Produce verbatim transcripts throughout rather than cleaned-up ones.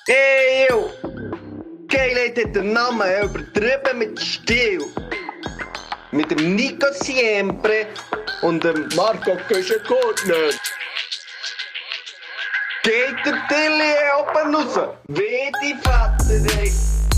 Hey, yo! Geilheit hat den Namen übertrieben mit Stil. Mit dem Nico Siempre und dem Marco Köschenkortner. Geht der Tilly oben raus, wie die Vater, ey.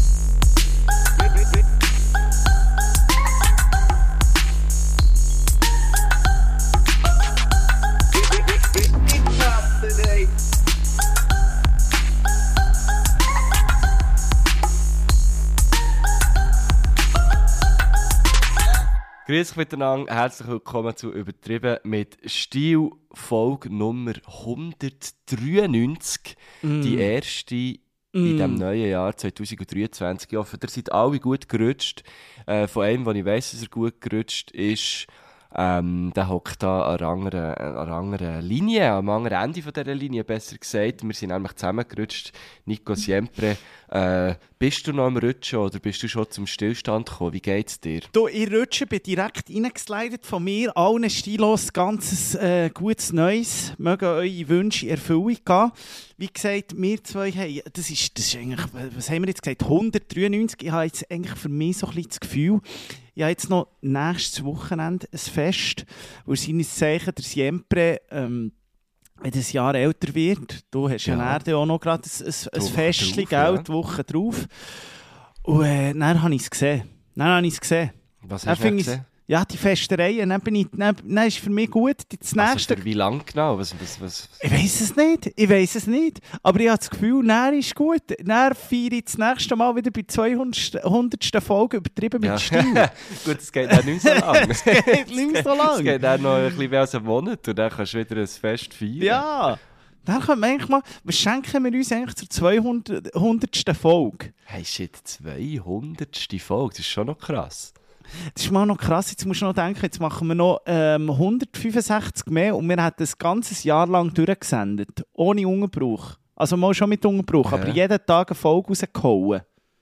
Grüß euch miteinander, herzlich willkommen zu «Übertrieben mit Stil», Folge Nummer hundertdreiundneunzig, mm. die erste mm. in diesem neuen Jahr zwanzig dreiundzwanzig. Ich hoffe, ihr seid alle gut gerutscht. Äh, von einem, der ich weiss, dass er gut gerutscht ist, ähm, der hockt da an einer anderen, an einer anderen Linie, am anderen Ende von dieser Linie, besser gesagt. Wir sind nämlich zusammengerutscht. Nico Siempre, äh, bist du noch am Rutschen oder bist du schon zum Stillstand gekommen? Wie geht's dir? Du, ich rutsche, bin direkt reingeslidet von mir. Allen Stilos ganzes äh, gutes Neues. Mögen eure Wünsche in Erfüllung gehen. Wie gesagt, wir zwei haben, das ist, das ist eigentlich, was haben wir jetzt gesagt, hundertdreiundneunzig. Ich habe jetzt eigentlich für mich so ein bisschen das Gefühl, ich habe jetzt noch nächstes Wochenende ein Fest, wo seines Zeichen der Siempre, ähm, wenn das Jahr älter wird, du hast ja, ja dann auch noch gerade ein, ein, ein Festchen, ja. Die Woche drauf. Und äh, dann habe ich es gesehen. Dann habe ich es gesehen. Was hast du gesehen? Ja, die Festereien, dann, bin ich, dann, dann ist für mich gut. Das also nächste... für wie lange genau? Was, was, was? Ich weiss es nicht, ich weiss es nicht. Aber ich habe das Gefühl, dann ist gut. Dann feiere ich das nächste Mal wieder bei zweihundertsten Folge «Übertrieben mit ja. Stil». Gut, es geht dann nicht so lange. Es geht nicht mehr so lange. Es geht dann noch ein bisschen mehr als einen Monat und dann kannst du wieder ein Fest feiern. Ja, dann können wir eigentlich mal... Was schenken wir uns eigentlich zur zweihundertsten Folge? Hey shit, zweihundertste Folge, das ist schon noch krass. Das ist mal noch krass, jetzt musst du noch denken, jetzt machen wir noch ähm, hundertfünfundsechzig mehr und wir haben das ganze Jahr lang durchgesendet, ohne Unterbruch. Also mal schon mit Unterbruch, ja. Aber jeden Tag eine Folge rausgehauen.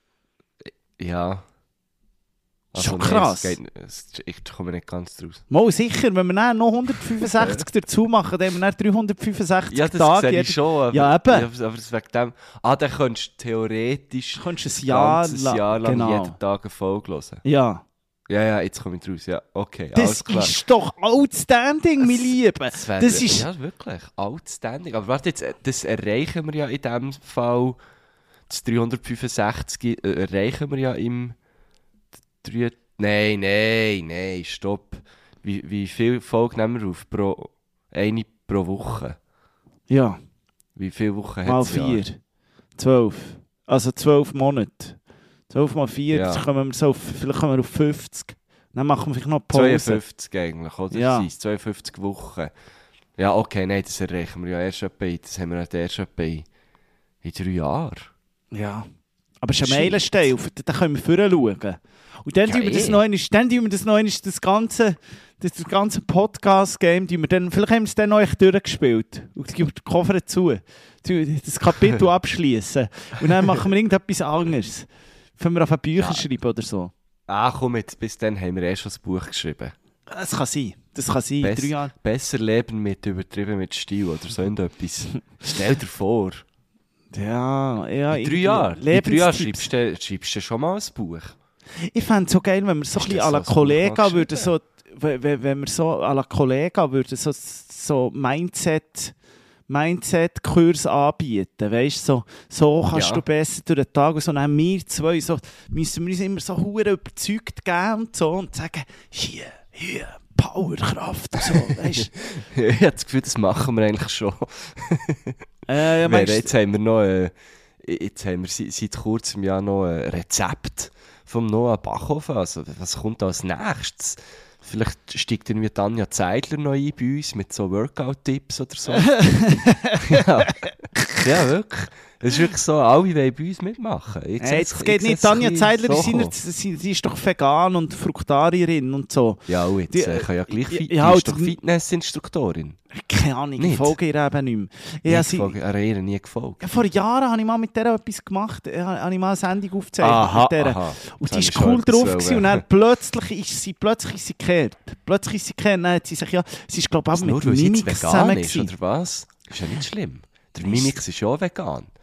Ja. Also schon krass. Nee, es geht, ich komme nicht ganz draus. Mal sicher, wenn wir dann noch hundertfünfundsechzig dazu machen, dann haben wir dann dreihundertfünfundsechzig ja, das Tage. Ja, das sehe ich schon. Aber, ja, eben. Ja, aber wegen dem... Ah, dann könntest du theoretisch könntest ein Jahr, la- Jahr lang genau. jeden Tag eine Folge hören. Ja. Ja, ja, jetzt komme ich raus. Ja, okay, das alles klar. ist doch outstanding, mein Lieber. Das, wär, das ist... Ja, wirklich, outstanding. Aber warte, jetzt, das erreichen wir ja in diesem Fall, das dreihundertfünfundsechzig äh, erreichen wir ja im... drei Nein, nein, nein, stopp. Wie, wie viele Folgen nehmen wir auf? Pro, eine pro Woche? Ja. Wie viele Wochen hat mal es? Mal vier. Zwölf. Also zwölf Monate. zwölf mal vier, ja. kommen wir so auf, vielleicht kommen wir auf fünfzig. Dann machen wir vielleicht noch Pause. zweiundfünfzig eigentlich, oder? Ja. zweiundfünfzig Wochen. Ja, okay, nein, das erreichen wir ja erst etwa, das haben wir ja erst etwa in, in drei Jahren. Ja. Aber es ist ein Meilenstein, da können wir vorher schauen. Und dann ja, tun wir das noch einmal, dann tun wir das noch einmal, das ganze, das, das ganze Podcast-Game, wir dann, vielleicht haben wir es dann noch echt durchgespielt. Und geben den Koffer zu, das Kapitel abschließen. Und dann machen wir irgendetwas anderes. Können wir auf ein Bücher ja. schreiben oder so? Ah, komm jetzt, bis dann haben wir erst schon ein Buch geschrieben. Das kann sein, das kann sein, Bess, drei Jahre. Besser leben mit «Übertrieben mit Stil» oder so etwas. Stell dir vor. Ja, ja. In drei Jahren? In drei Jahren schreibst du, schreibst du schon mal ein Buch. Ich fände es so geil, wenn wir so ein bisschen à la Kollega würden, so, wenn, wenn wir so à la Kollega würden, so, so Mindset, Mindset-Kurs anbieten. Weißt so, so kannst ja. du besser durch den Tag. Und so dann wir zwei, so, müssen wir uns immer so hure überzeugt geben und so und sagen, hier, hier, Power, Kraft und so. Weißt? Ich habe das Gefühl, das machen wir eigentlich schon. äh, ja, jetzt haben wir noch, äh, jetzt haben wir seit, seit kurzem Jahr noch ein Rezept vom Noah Bachhofen. Also, was kommt als nächstes? Vielleicht steigt irgendwie Tanja Zeidler noch ein bei uns mit so Workout-Tipps oder so. ja. ja, wirklich. Es ist wirklich so, alle wollen bei uns mitmachen. Ich hey, es geht nicht. Tanja Zeidler, so. sie, sie ist doch vegan und Fruktarierin und so. Ja, und jetzt die, äh, kann ja gleich ja, fit, ja, die ist doch Fitnessinstruktorin. Keine Ahnung, ich folge ihr eben nicht mehr. Ich habe sie, ihr nie gefolgt. Ja, vor Jahren habe ich mal mit der etwas gemacht. Ich habe ich mal eine Sendung aufgezeichnet aha, mit der. Aha. Und die war cool drauf gewesen, und dann plötzlich ist sie, plötzlich ist sie gekehrt. Plötzlich ist sie gekehrt, dann hat sie sich ja, sie ist glaube ich auch mit Mimix zusammen ist, oder was? Das ist ja nicht schlimm. Der Mimix ist ja auch vegan.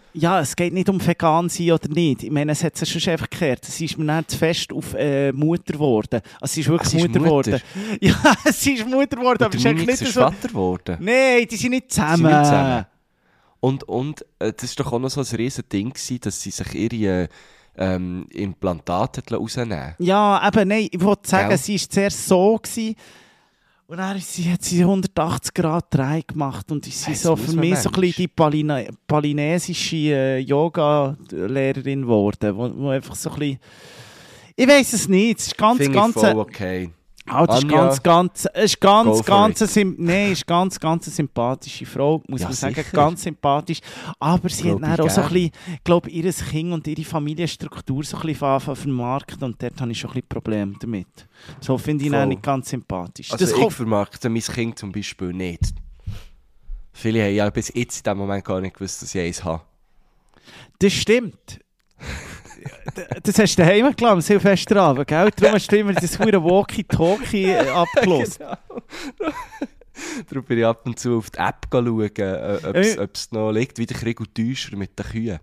Ja, es geht nicht um vegan sein oder nicht. Ich meine, es hat sich schon einfach gekehrt. Es ist mir nicht zu fest auf äh, Mutter geworden. Also, sie ist wirklich Ach, sie Mutter ist geworden. Mutter? Ja, sie ist Mutter geworden, aber Und es der ist eigentlich Mimix nicht ist so... Vater geworden. Nein, die sind nicht zusammen. Sie sind nicht zusammen. Und, und äh, das war doch auch noch so ein riesen Ding gewesen, dass sie sich ihre ähm, Implantate rausnehmen. Ja, eben, nein, ich wollte sagen, Gell? sie war zuerst so gewesen, und dann hat sie, hat sie hundertachtzig Grad Dreh gemacht und ist sie Das so muss für man mich so ein Mensch. bisschen die Palina palinesische äh, Yoga-Lehrerin geworden, wo, wo einfach so ein bisschen... Ich weiss es nicht, es ist ganz, Finde ganz... ich voll okay. Ah, das ist Anja, ganz, ganz, es ist go ganz, for ganz, it. sim nee, ist ganz, ganz eine sympathische Frau, muss Ja, man sagen, sicher. ganz sympathisch. Aber sie Glaub hat dann ich auch so ein gern. bisschen, glaube ihr Kind und ihre Familienstruktur so ein bisschen anfangen zu vermarkten und dort habe ich schon ein bisschen Probleme damit. So finde ich ihn Voll. auch nicht ganz sympathisch. Also das ich kommt, vermarkte mein Kind zum Beispiel nicht. Viele haben ja bis jetzt in diesem Moment gar nicht gewusst, dass ich eins habe. das stimmt. Das hast du daheim gelassen, am Silvesterabend, gell? Darum hast du immer das verdammte Walkie-Talkie äh, abgelöst. Darum bin ich ab und zu auf die App schauen, äh, ob es Äh. noch liegt, wie der Krieg und Täuscher mit den Kühen.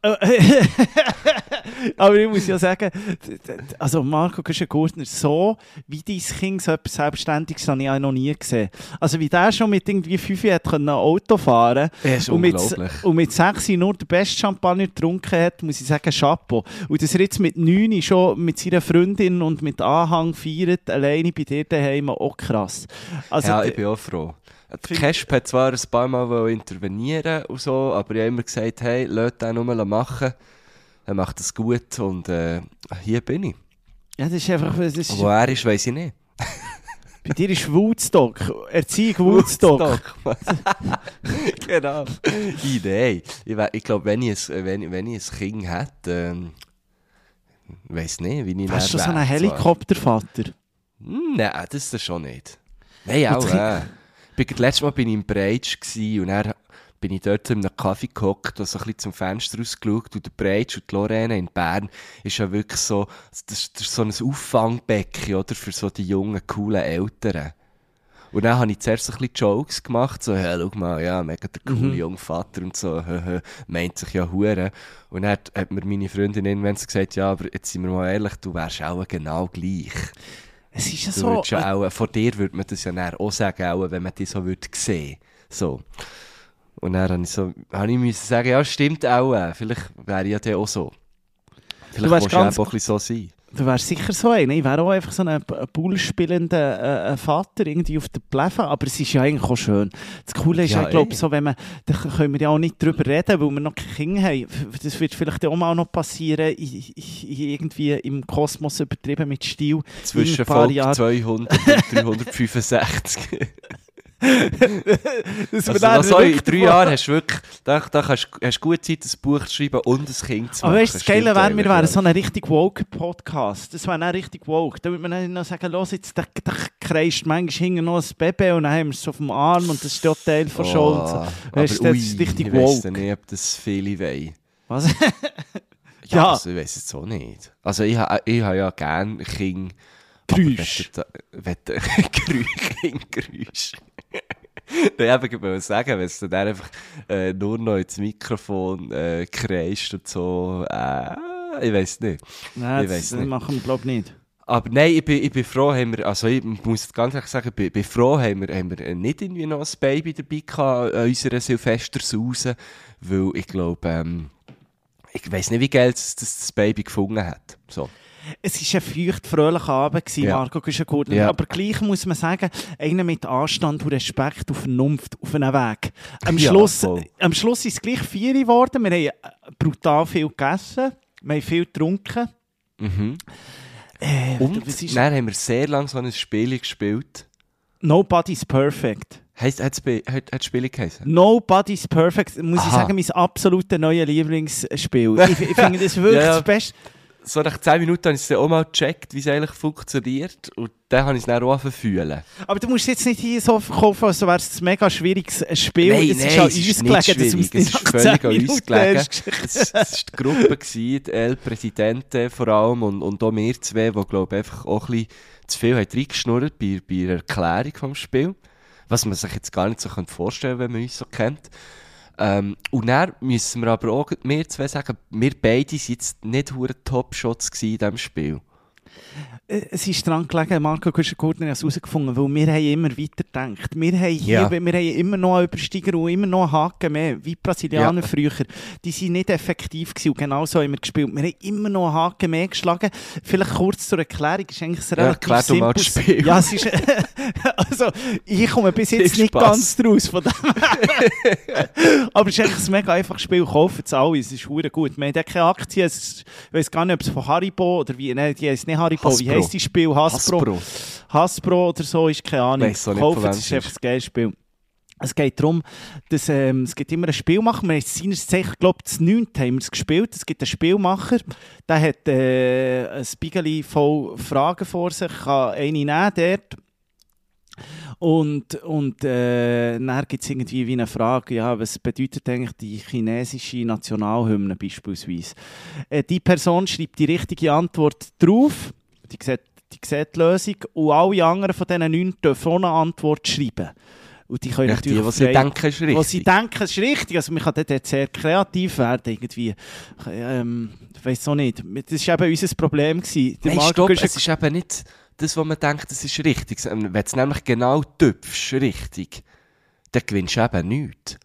Aber ich muss ja sagen, d- d- also Marco Güschen-Gurtner, so wie dein Kind so etwas Selbstständiges habe ich auch noch nie gesehen. Also wie der schon mit irgendwie fünf hat können Auto fahren Das ist und mit, unglaublich. und mit sechs nur den besten Champagner getrunken hat, muss ich sagen, Chapeau. Und dass er jetzt mit neun schon mit seiner Freundin und mit Anhang feiert, alleine bei dir daheim, auch krass. Also, Ja, d- ich bin auch froh. Der Find- Kesp hat zwar ein paar Mal intervenieren und so, aber ich habe immer gesagt, hey, lass den nur machen. Er macht das gut und äh, hier bin ich. ja, das ist einfach... Das ist, Wo er ist, weiss ich nicht. bei dir ist Woodstock, Erziehung Woodstock. Woodstock. Genau. Idee. Ich, we- ich glaube, wenn, ich ein- wenn, wenn ich ein Kind hätte, ähm, weiss nicht, wie ich Hast du dann so einen wäre. Helikoptervater? Hm, Nein, das ist das schon nicht. Nein, Und auch. das Äh. Ich bin- Letztes Mal bin ich im Breitsch gsi und dann bin ich dort in einem Kaffee gehockt und so ein bisschen zum Fenster rausgeschaut. Und der Breitsch und die Lorraine in Bern ist ja wirklich so, das, das ist so ein Auffangbecken, oder, für so die jungen, coolen Eltern. Und dann habe ich zuerst so ein bisschen Jokes gemacht, so, hey, schau mal, ja, mega der coole Mhm. junge Vater und so, hö, hö, meint sich ja hure. Und dann hat, hat mir meine Freundin irgendwann so gesagt, ja, aber jetzt sind wir mal ehrlich, du wärst auch genau gleich. Es ist ja Du so... würdest ja auch, von dir würde man das ja dann auch sagen, auch, wenn man dich so würde sehen. So. Und dann habe ich, so, habe ich müssen sagen, ja, stimmt auch, äh, vielleicht wäre ich ja dann auch so. Vielleicht wärst willst du ja ganz- auch ein bisschen so sein. Du wärst sicher so einer. Ich wäre auch einfach so ein, ein Pool-spielender äh, Vater irgendwie auf der Plefe. Aber es ist ja eigentlich auch schön. Das Coole ist ja, Ja, ich glaube, eh. so, wenn man, da können wir ja auch nicht drüber reden, weil wir noch keine Kinder haben. F- Das wird vielleicht auch mal noch passieren, i- i- irgendwie im Kosmos übertrieben mit Stil. Zwischen in ein paar Folge Jahren. zweihundert und dreihundertfünfundsechzig. Dass wir Also, dann also in wirklich drei davon- Jahren hast du wirklich, da, da kannst, hast du gut Zeit, ein Buch zu schreiben und ein Kind zu machen. Aber weißt du, das Geile Stimmt wäre, wir eigentlich, wären ja. so ein richtig woke Podcast. Das wäre dann richtig woke. Da würde man dann noch sagen, los, jetzt, da, da kreist manchmal hinten noch ein Baby und dann haben wir es auf dem Arm und das ist der Teil von Show. und so. Oh, Weißt du, aber das ist ui, richtig ich weiss woke. nicht, ob das viele wollen. Was? Ja, Ja. Also, ich weiss es auch nicht. Also ich, ha- ich habe ja gerne Kinder. Geräusch. Geräusch. Nein, ich wollte sagen, wenn es dann einfach äh, nur noch ins Mikrofon äh, kreischt und so, äh, ich weiss nicht. Nein, Ich das, weiss das nicht. machen wir glaube ich nicht. Aber nein, ich bin, ich bin froh, haben wir, also ich muss ganz ehrlich sagen, ich bin, bin froh, haben wir, haben wir nicht irgendwie noch ein Baby dabei gehabt an unserer Silvestersause, weil ich glaube, ähm, ich weiss nicht, wie Geld das, das das Baby gefunden hat. So. Es war ein feucht, fröhlicher Abend, gewesen, Ja. Marco Güschen-Gurtner. Ja. Aber gleich muss man sagen, einer mit Anstand und Respekt auf Vernunft, auf einen Weg. Am Ja, Schluss, voll. am Schluss ist es gleich vier geworden. Wir haben äh, brutal viel gegessen, wir haben viel getrunken. Mhm. Äh, Und was ist dann haben wir sehr lange so ein Spiel gespielt. Nobody's Perfect. Heisst, hat es das Spiel geheißen? Nobody's Perfect, muss ich Aha. sagen, mein absolutes neues Lieblingsspiel. ich ich finde das wirklich Ja, ja. das Beste. So nach zehn Minuten habe ich es dann auch mal gecheckt, wie es eigentlich funktioniert. Und dann habe ich es dann auch fühlen. Aber du musst es jetzt nicht hier so verkaufen, als wäre es ein mega schwieriges Spiel. Nein, es nein, ist an es ist uns nicht gelegen, dass wir schwierig. Es ist nach völlig zehn an uns Minuten gelegen. erst geschickt Es es war die Gruppe, gewesen, die El Presidente vor allem und, und auch wir zwei, die, glaube ich, einfach auch ein bisschen zu viel haben reingeschnurrt bei, bei der Erklärung vom Spiel. Was man sich jetzt gar nicht so vorstellen könnte, wenn man uns so kennt. Ähm, und dann müssen wir aber auch, wir zwei sagen, wir beide waren jetzt nicht hure Top-Shots in diesem Spiel. Es ist daran gelegen, Marco Kuschen-Gurtner hat es herausgefunden, weil wir haben immer weiter gedacht. Wir haben, hier, Ja. wir haben immer noch einen Übersteiger und immer noch einen Haken mehr, wie die Brasilianer Ja. früher. Die waren nicht effektiv gewesen und genau so haben wir gespielt. Wir haben immer noch einen Haken mehr geschlagen. Vielleicht kurz zur Erklärung, ist eigentlich ein Ja, relativ erklär doch mal das simples... Spiel. Ja, es ist... also, ich komme bis jetzt Viel nicht Spass. ganz draus von dem. Aber es ist eigentlich ein mega einfaches Spiel, kaufen es alle, es ist verdammt gut. Wir haben keine Aktien, es ist, ich weiss gar nicht, ob es von Haribo oder wie, nein, die heisst nicht Haribo, wie Hasbro. heisst das Spiel? Hasbro. Hasbro. Hasbro oder so, ist keine Ahnung. Weiss auch nicht, Kaufen von es, wem ist es einfach ist. ein geiles Spiel. Es geht darum, dass ähm, es gibt immer ein Spielmacher. Wir haben seinerzeit, ich glaube, das neunte haben wir es gespielt. Es gibt einen Spielmacher, der hat äh, ein Spiegel voll Fragen vor sich, kann eine nehmen dort. Und, und äh, dann gibt es irgendwie wie eine Frage, ja, was bedeutet eigentlich die chinesische Nationalhymne beispielsweise? Äh, die Person schreibt die richtige Antwort drauf, die sieht, die sieht die Lösung, und alle anderen von diesen neun dürfen auch eine Antwort schreiben. Und die können Echt, die, natürlich was sie frei- denken, ist richtig. Was sie denken, ist richtig. Also man kann dort sehr kreativ werden, irgendwie. Ähm, ich weiss auch nicht. Das war eben unser Problem gewesen. Der Nein, Marco stopp, Guschen- es ist eben nicht das, was man denkt, das ist richtig. Wenn du es nämlich genau tüpfst, richtig, dann gewinnst du eben nichts.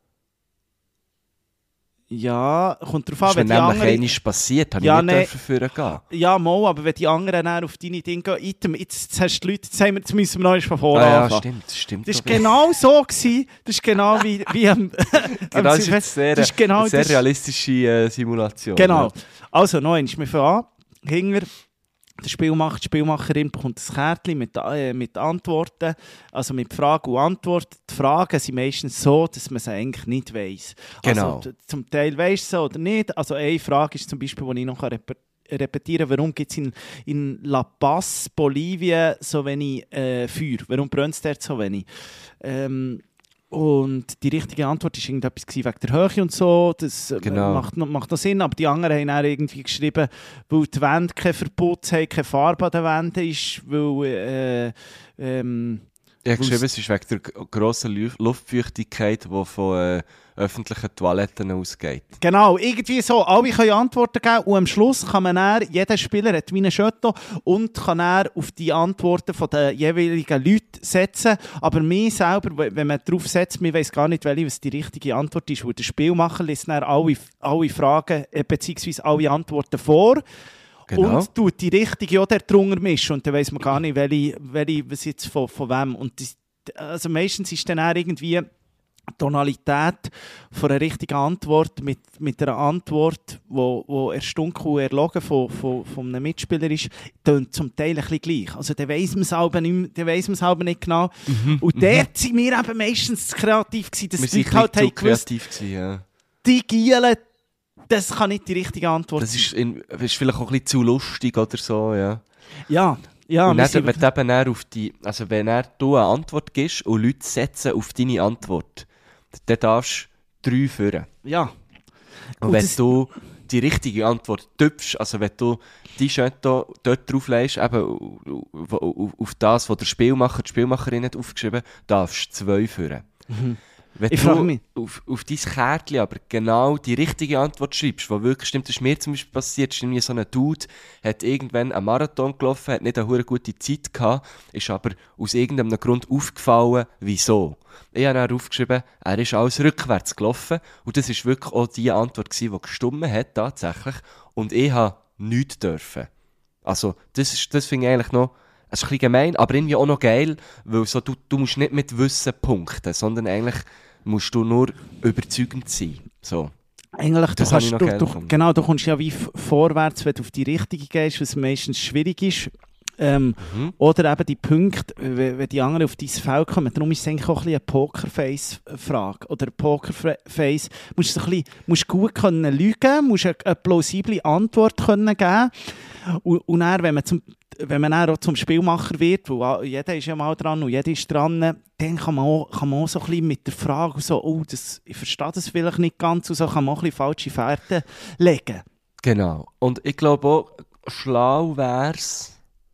Ja, kommt darauf Das an, ist, wenn wenn die nämlich anderen... einiges passiert, habe Ja, ich nicht nein. dürfen führen gehen. Ja, mal, aber wenn die anderen dann auf deine Dinge gehen, Item, jetzt, jetzt hast du die Leute, jetzt, haben wir, jetzt müssen wir noch einmal von vorne Ah, ja, anfangen. stimmt, das stimmt. Das war doch. genau so. Gewesen. Das ist genau wie, wie am, Genau, am das ist Silvester. jetzt sehr, Das ist genau eine sehr das- realistische äh, Simulation. Genau. Ja. Also, noch eins. Wir fangen an. Hinger, der Spielmacher, die Spielmacherin bekommt ein Kärtchen mit, äh, mit Antworten, also mit Frage und Antwort. Die Fragen sind meistens so, dass man sie eigentlich nicht weiss. Genau. Also, t- zum Teil weisst du sie oder nicht. Also, eine Frage ist zum Beispiel, die ich noch rep- repetieren kann, warum gibt es in, in La Paz, Bolivien, so wenig äh, Feuer? Warum brennt es dort so wenig? Ähm, Und die richtige Antwort war irgendetwas gewesen wegen der Höhe und so. Das äh, Genau. macht, noch, macht noch Sinn. Aber die anderen haben dann irgendwie geschrieben, weil die Wände kein Verputz haben, keine Farbe an den Wänden ist, weil... Äh, ähm, Ich habe Weil's- geschrieben, es ist wegen der g- grossen Lu- Luftfeuchtigkeit, die von äh, öffentlichen Toiletten ausgeht. Genau, irgendwie so. Alle können Antworten geben und am Schluss kann man dann, jeder Spieler hat wie einen Chateau und kann dann auf die Antworten von den jeweiligen Leuten setzen. Aber mir selber, we- wenn man darauf setzt, man weiss gar nicht, welche was die richtige Antwort ist, weil der Spielmacher liest dann alle, alle Fragen äh, bzw. alle Antworten vor. Genau. Und tut die richtige auch dort drunter mischen und dann weiss man gar nicht, welche, welche was jetzt von, von wem. Und das, also meistens ist dann auch irgendwie die Tonalität von einer richtigen Antwort mit, mit einer Antwort, die wo, wo erstunken und erlogen von, von, von einem Mitspieler ist, tönt zum Teil ein bisschen gleich. Also dann weiss man es halb nicht, mehr- dann weiss man es halb nicht genau. Und dort sind wir eben meistens zu kreativ gewesen, dass Wir die waren Leute halt halt zu haben gewusst, kreativ gewesen, ja. die Gielen, das kann nicht die richtige Antwort Das sein. ist, in, ist vielleicht auch ein bisschen zu lustig oder so, ja. Ja, ja. und wir dann, sind- wenn du eben dann auf die, also wenn er du eine Antwort gibst und Leute setzen auf deine Antwort, dann darfst du drei führen. ja. Und Und wenn das- du die richtige Antwort tüpfst, also wenn du die Chateau dort drauflegst, eben auf, auf, auf das, was der Spielmacher, die Spielmacherin hat aufgeschrieben, darfst du zwei führen. Wenn Ich du frage mich. auf, auf dein Kärtchen aber genau die richtige Antwort schreibst, was wirklich stimmt, das ist mir zum Beispiel passiert, ist irgendwie so ein Dude, hat irgendwann einen Marathon gelaufen, hat nicht eine hure gute Zeit gehabt, ist aber aus irgendeinem Grund aufgefallen, wieso. Ich habe dann aufgeschrieben, er ist alles rückwärts gelaufen und das war wirklich auch die Antwort gewesen, die gestimmt hat, tatsächlich, und ich habe nichts dürfen. Also, das, ist, das finde ich eigentlich noch, es ist ein bisschen gemein, aber irgendwie auch noch geil, weil so, du, du musst nicht mit Wissen punkten, sondern eigentlich musst du nur überzeugend sein. So. Eigentlich, du Das habe kannst, ich noch du, geil du, gefunden. genau, du kommst ja wie f- vorwärts, wenn du auf die richtige gehst, was meistens schwierig ist. Ähm, Mhm. Oder eben die Punkte, wenn wenn die anderen auf dein Feld kommen. Darum ist es eigentlich auch ein bisschen eine Pokerface-Frage. Oder ein Pokerface. Du musst, so ein bisschen, musst gut können lügen, musst eine, eine plausible Antwort können geben. Und, und dann, wenn man, zum, wenn man dann auch zum Spielmacher wird, wo a- jeder ist ja mal dran und jeder ist dran, dann kann man auch, kann man auch so ein bisschen mit der Frage so, oh, das, ich verstehe das vielleicht nicht ganz, und so kann man auch ein bisschen falsche Fährten legen. Genau. Und ich glaube auch, schlau wäre es,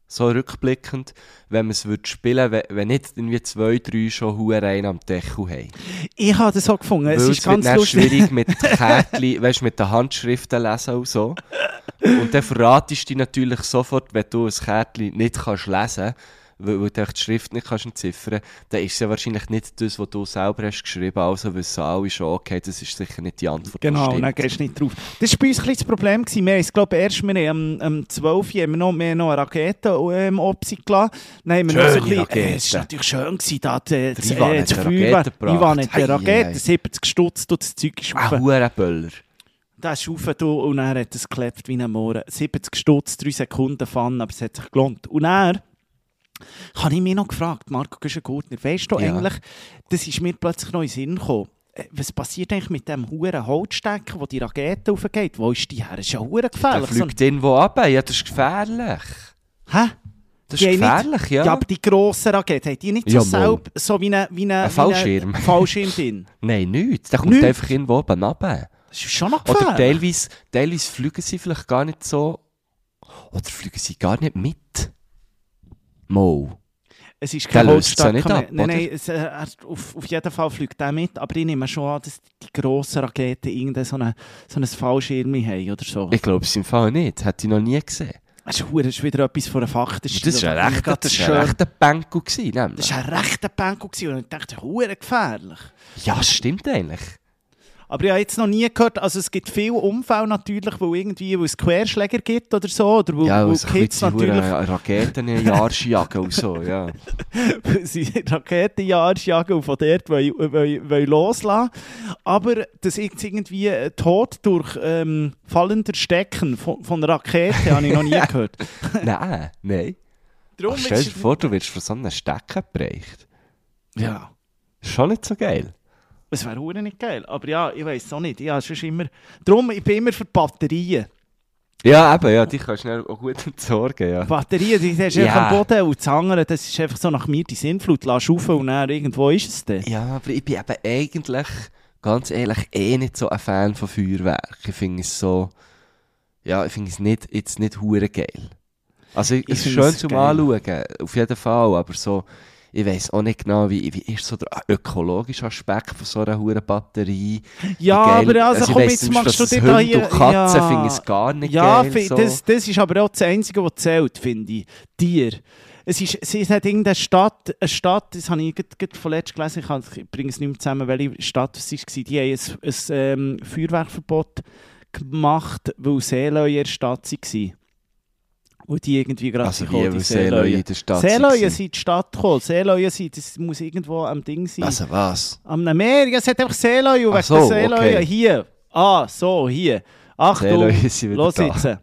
so rückblickend, wenn man es würde spielen, wenn, wenn nicht irgendwie zwei, drei schon Huren rein am Deckel haben. Ich habe das so gefunden. Es Weil ist es ganz wird dann lustig. schwierig mit Kärtchen, weißt, mit den Handschriften lesen und so. Und dann verratest du dich natürlich sofort, wenn du ein Kärtchen nicht kannst lesen kannst, weil, weil du die Schrift nicht kannst entziffern kannst, dann ist es ja wahrscheinlich nicht das, was du selber hast geschrieben, also wissen alle schon, okay, das ist sicher nicht die Antwort. Genau, dann gehst du nicht drauf. Das war bei uns ein bisschen das Problem. Wir haben es, glaube ich, erst wir haben, am, am zwölf Uhr haben wir noch, wir haben noch eine Rakete ähm, Opsi gelassen. Dann haben wir noch so ein bisschen, äh, es war natürlich schön, gewesen, da die, die, Ivan äh, hat das eine Feuerwehr. Rakete gebracht. Ivan hat eine Hei, Rakete, hei. siebzig gestutzt und das Zeug ist Ein rauf. Hurenböller. Das ist rauf du, und er hat es geklebt wie ein Mohren. siebzig gestutzt, drei Sekunden Fun, aber es hat sich gelohnt. Und er habe ich mich noch gefragt, Marco Güschen-Gurtner, weißt du Ja. eigentlich, das ist mir plötzlich noch in den Sinn gekommen, äh, was passiert eigentlich mit dem huren Holzstecker, wo die Rakete aufgeht? Wo ist die her? Das ist ja huren Der gefährlich. So ein- fliegt irgendwo ab, ja, das ist gefährlich. Hä? Das Die ist haben gefährlich, nicht, ja. Ja, aber die grossen Raketen, haben die nicht so, Ja, mal. selb, so wie eine, wie eine, Ein wie Fallschirm. Eine Fallschirm drin? Nein, nichts. Der kommt Nichts. einfach irgendwo oben runter. Das ist schon noch Oder gefährlich. teilweise, teilweise fliegen sie vielleicht gar nicht so... Oder fliegen sie gar nicht mit. Mo. Es ist kein Der löst es ja Holzstecker nicht mehr. ab, Nein, oder? nein, es, äh, er, auf, auf jeden Fall fliegt der mit, aber ich nehme schon an, dass die grossen Raketen irgendein so eine, so ein Fallschirm haben oder so. Ich glaube es im Fall nicht. Hätte ich noch nie gesehen. Das ist, hure- das ist wieder etwas von einer Faktenstelle. Das war ein rechter, das war ein rechter Benko gewesen, nämlich. Das war ein rechter Benko gewesen und ich dachte, hure gefährlich. Ja, stimmt eigentlich. Aber ich habe jetzt noch nie gehört, also es gibt viele Unfälle natürlich, wo irgendwie, wo es Querschläger gibt oder so, oder wo, Ja, wo weil sich Kids natürlich... natürlich Raketen in den Arsch jagen und so, ja. sie Raketen in den Arsch jagen und von dort wollen, wollen, wollen loslassen. Aber dass jetzt irgendwie ein Tod durch ähm, fallender Stecken von, von einer Rakete habe ich noch nie gehört. Nein, nein. Darum Ach, stell dir ist- vor, du wirst von so einem Stecken gebracht. Ja. Ist schon nicht so geil. Es wäre hure nicht geil, aber ja, ich weiß es auch nicht. Ja, es ist immer... Darum, ich bin immer für Batterien. Ja, eben, ja, die kannst du schnell auch gut entsorgen, ja. Batterien, die hast du Ja. einfach am Boden und das andere, das ist einfach so nach mir die Sinnflut. Lass rauf und dann irgendwo ist es dann. Ja, aber ich bin eben eigentlich, ganz ehrlich, eh nicht so ein Fan von Feuerwerk. Ich finde es so... Ja, ich finde es nicht, jetzt nicht hure geil. Also, es Ich ist finde schön es zum geil. Anschauen, auf jeden Fall, aber so... Ich weiss auch nicht genau, wie, wie ist so der ökologische Aspekt von so einer hure Batterie. Ja, Wie geil- aber also, ich komm, weiss jetzt zumindest, machst du dass dir es da Hunde hier... und Katzen ja, finde ich es gar nicht ja, geil. fi- So. das, das ist aber auch das Einzige, was zählt, finde ich. Tier. Es, ist, es hat irgendeine Stadt, eine Stadt, das habe ich gerade, gerade vorletzt gelesen, ich, kann- ich bringe es nicht mehr zusammen, welche Stadt es war, die haben ein, ein ähm, Feuerwerkverbot gemacht, weil Seeleute in der Stadt waren. Und die irgendwie gerade Also sind wie, gekommen, weil die Seeleute in der Stadt Seeleute waren. sind in die Stadt gekommen. Seeleute sind, das muss irgendwo am Ding sein. Also was? Am Meer, ja, es hat einfach Seeleute und Ach wegen so, der Seeleute okay. hier. Ah, so, hier. Achtung, Seeleute sind wieder los da. jetzt.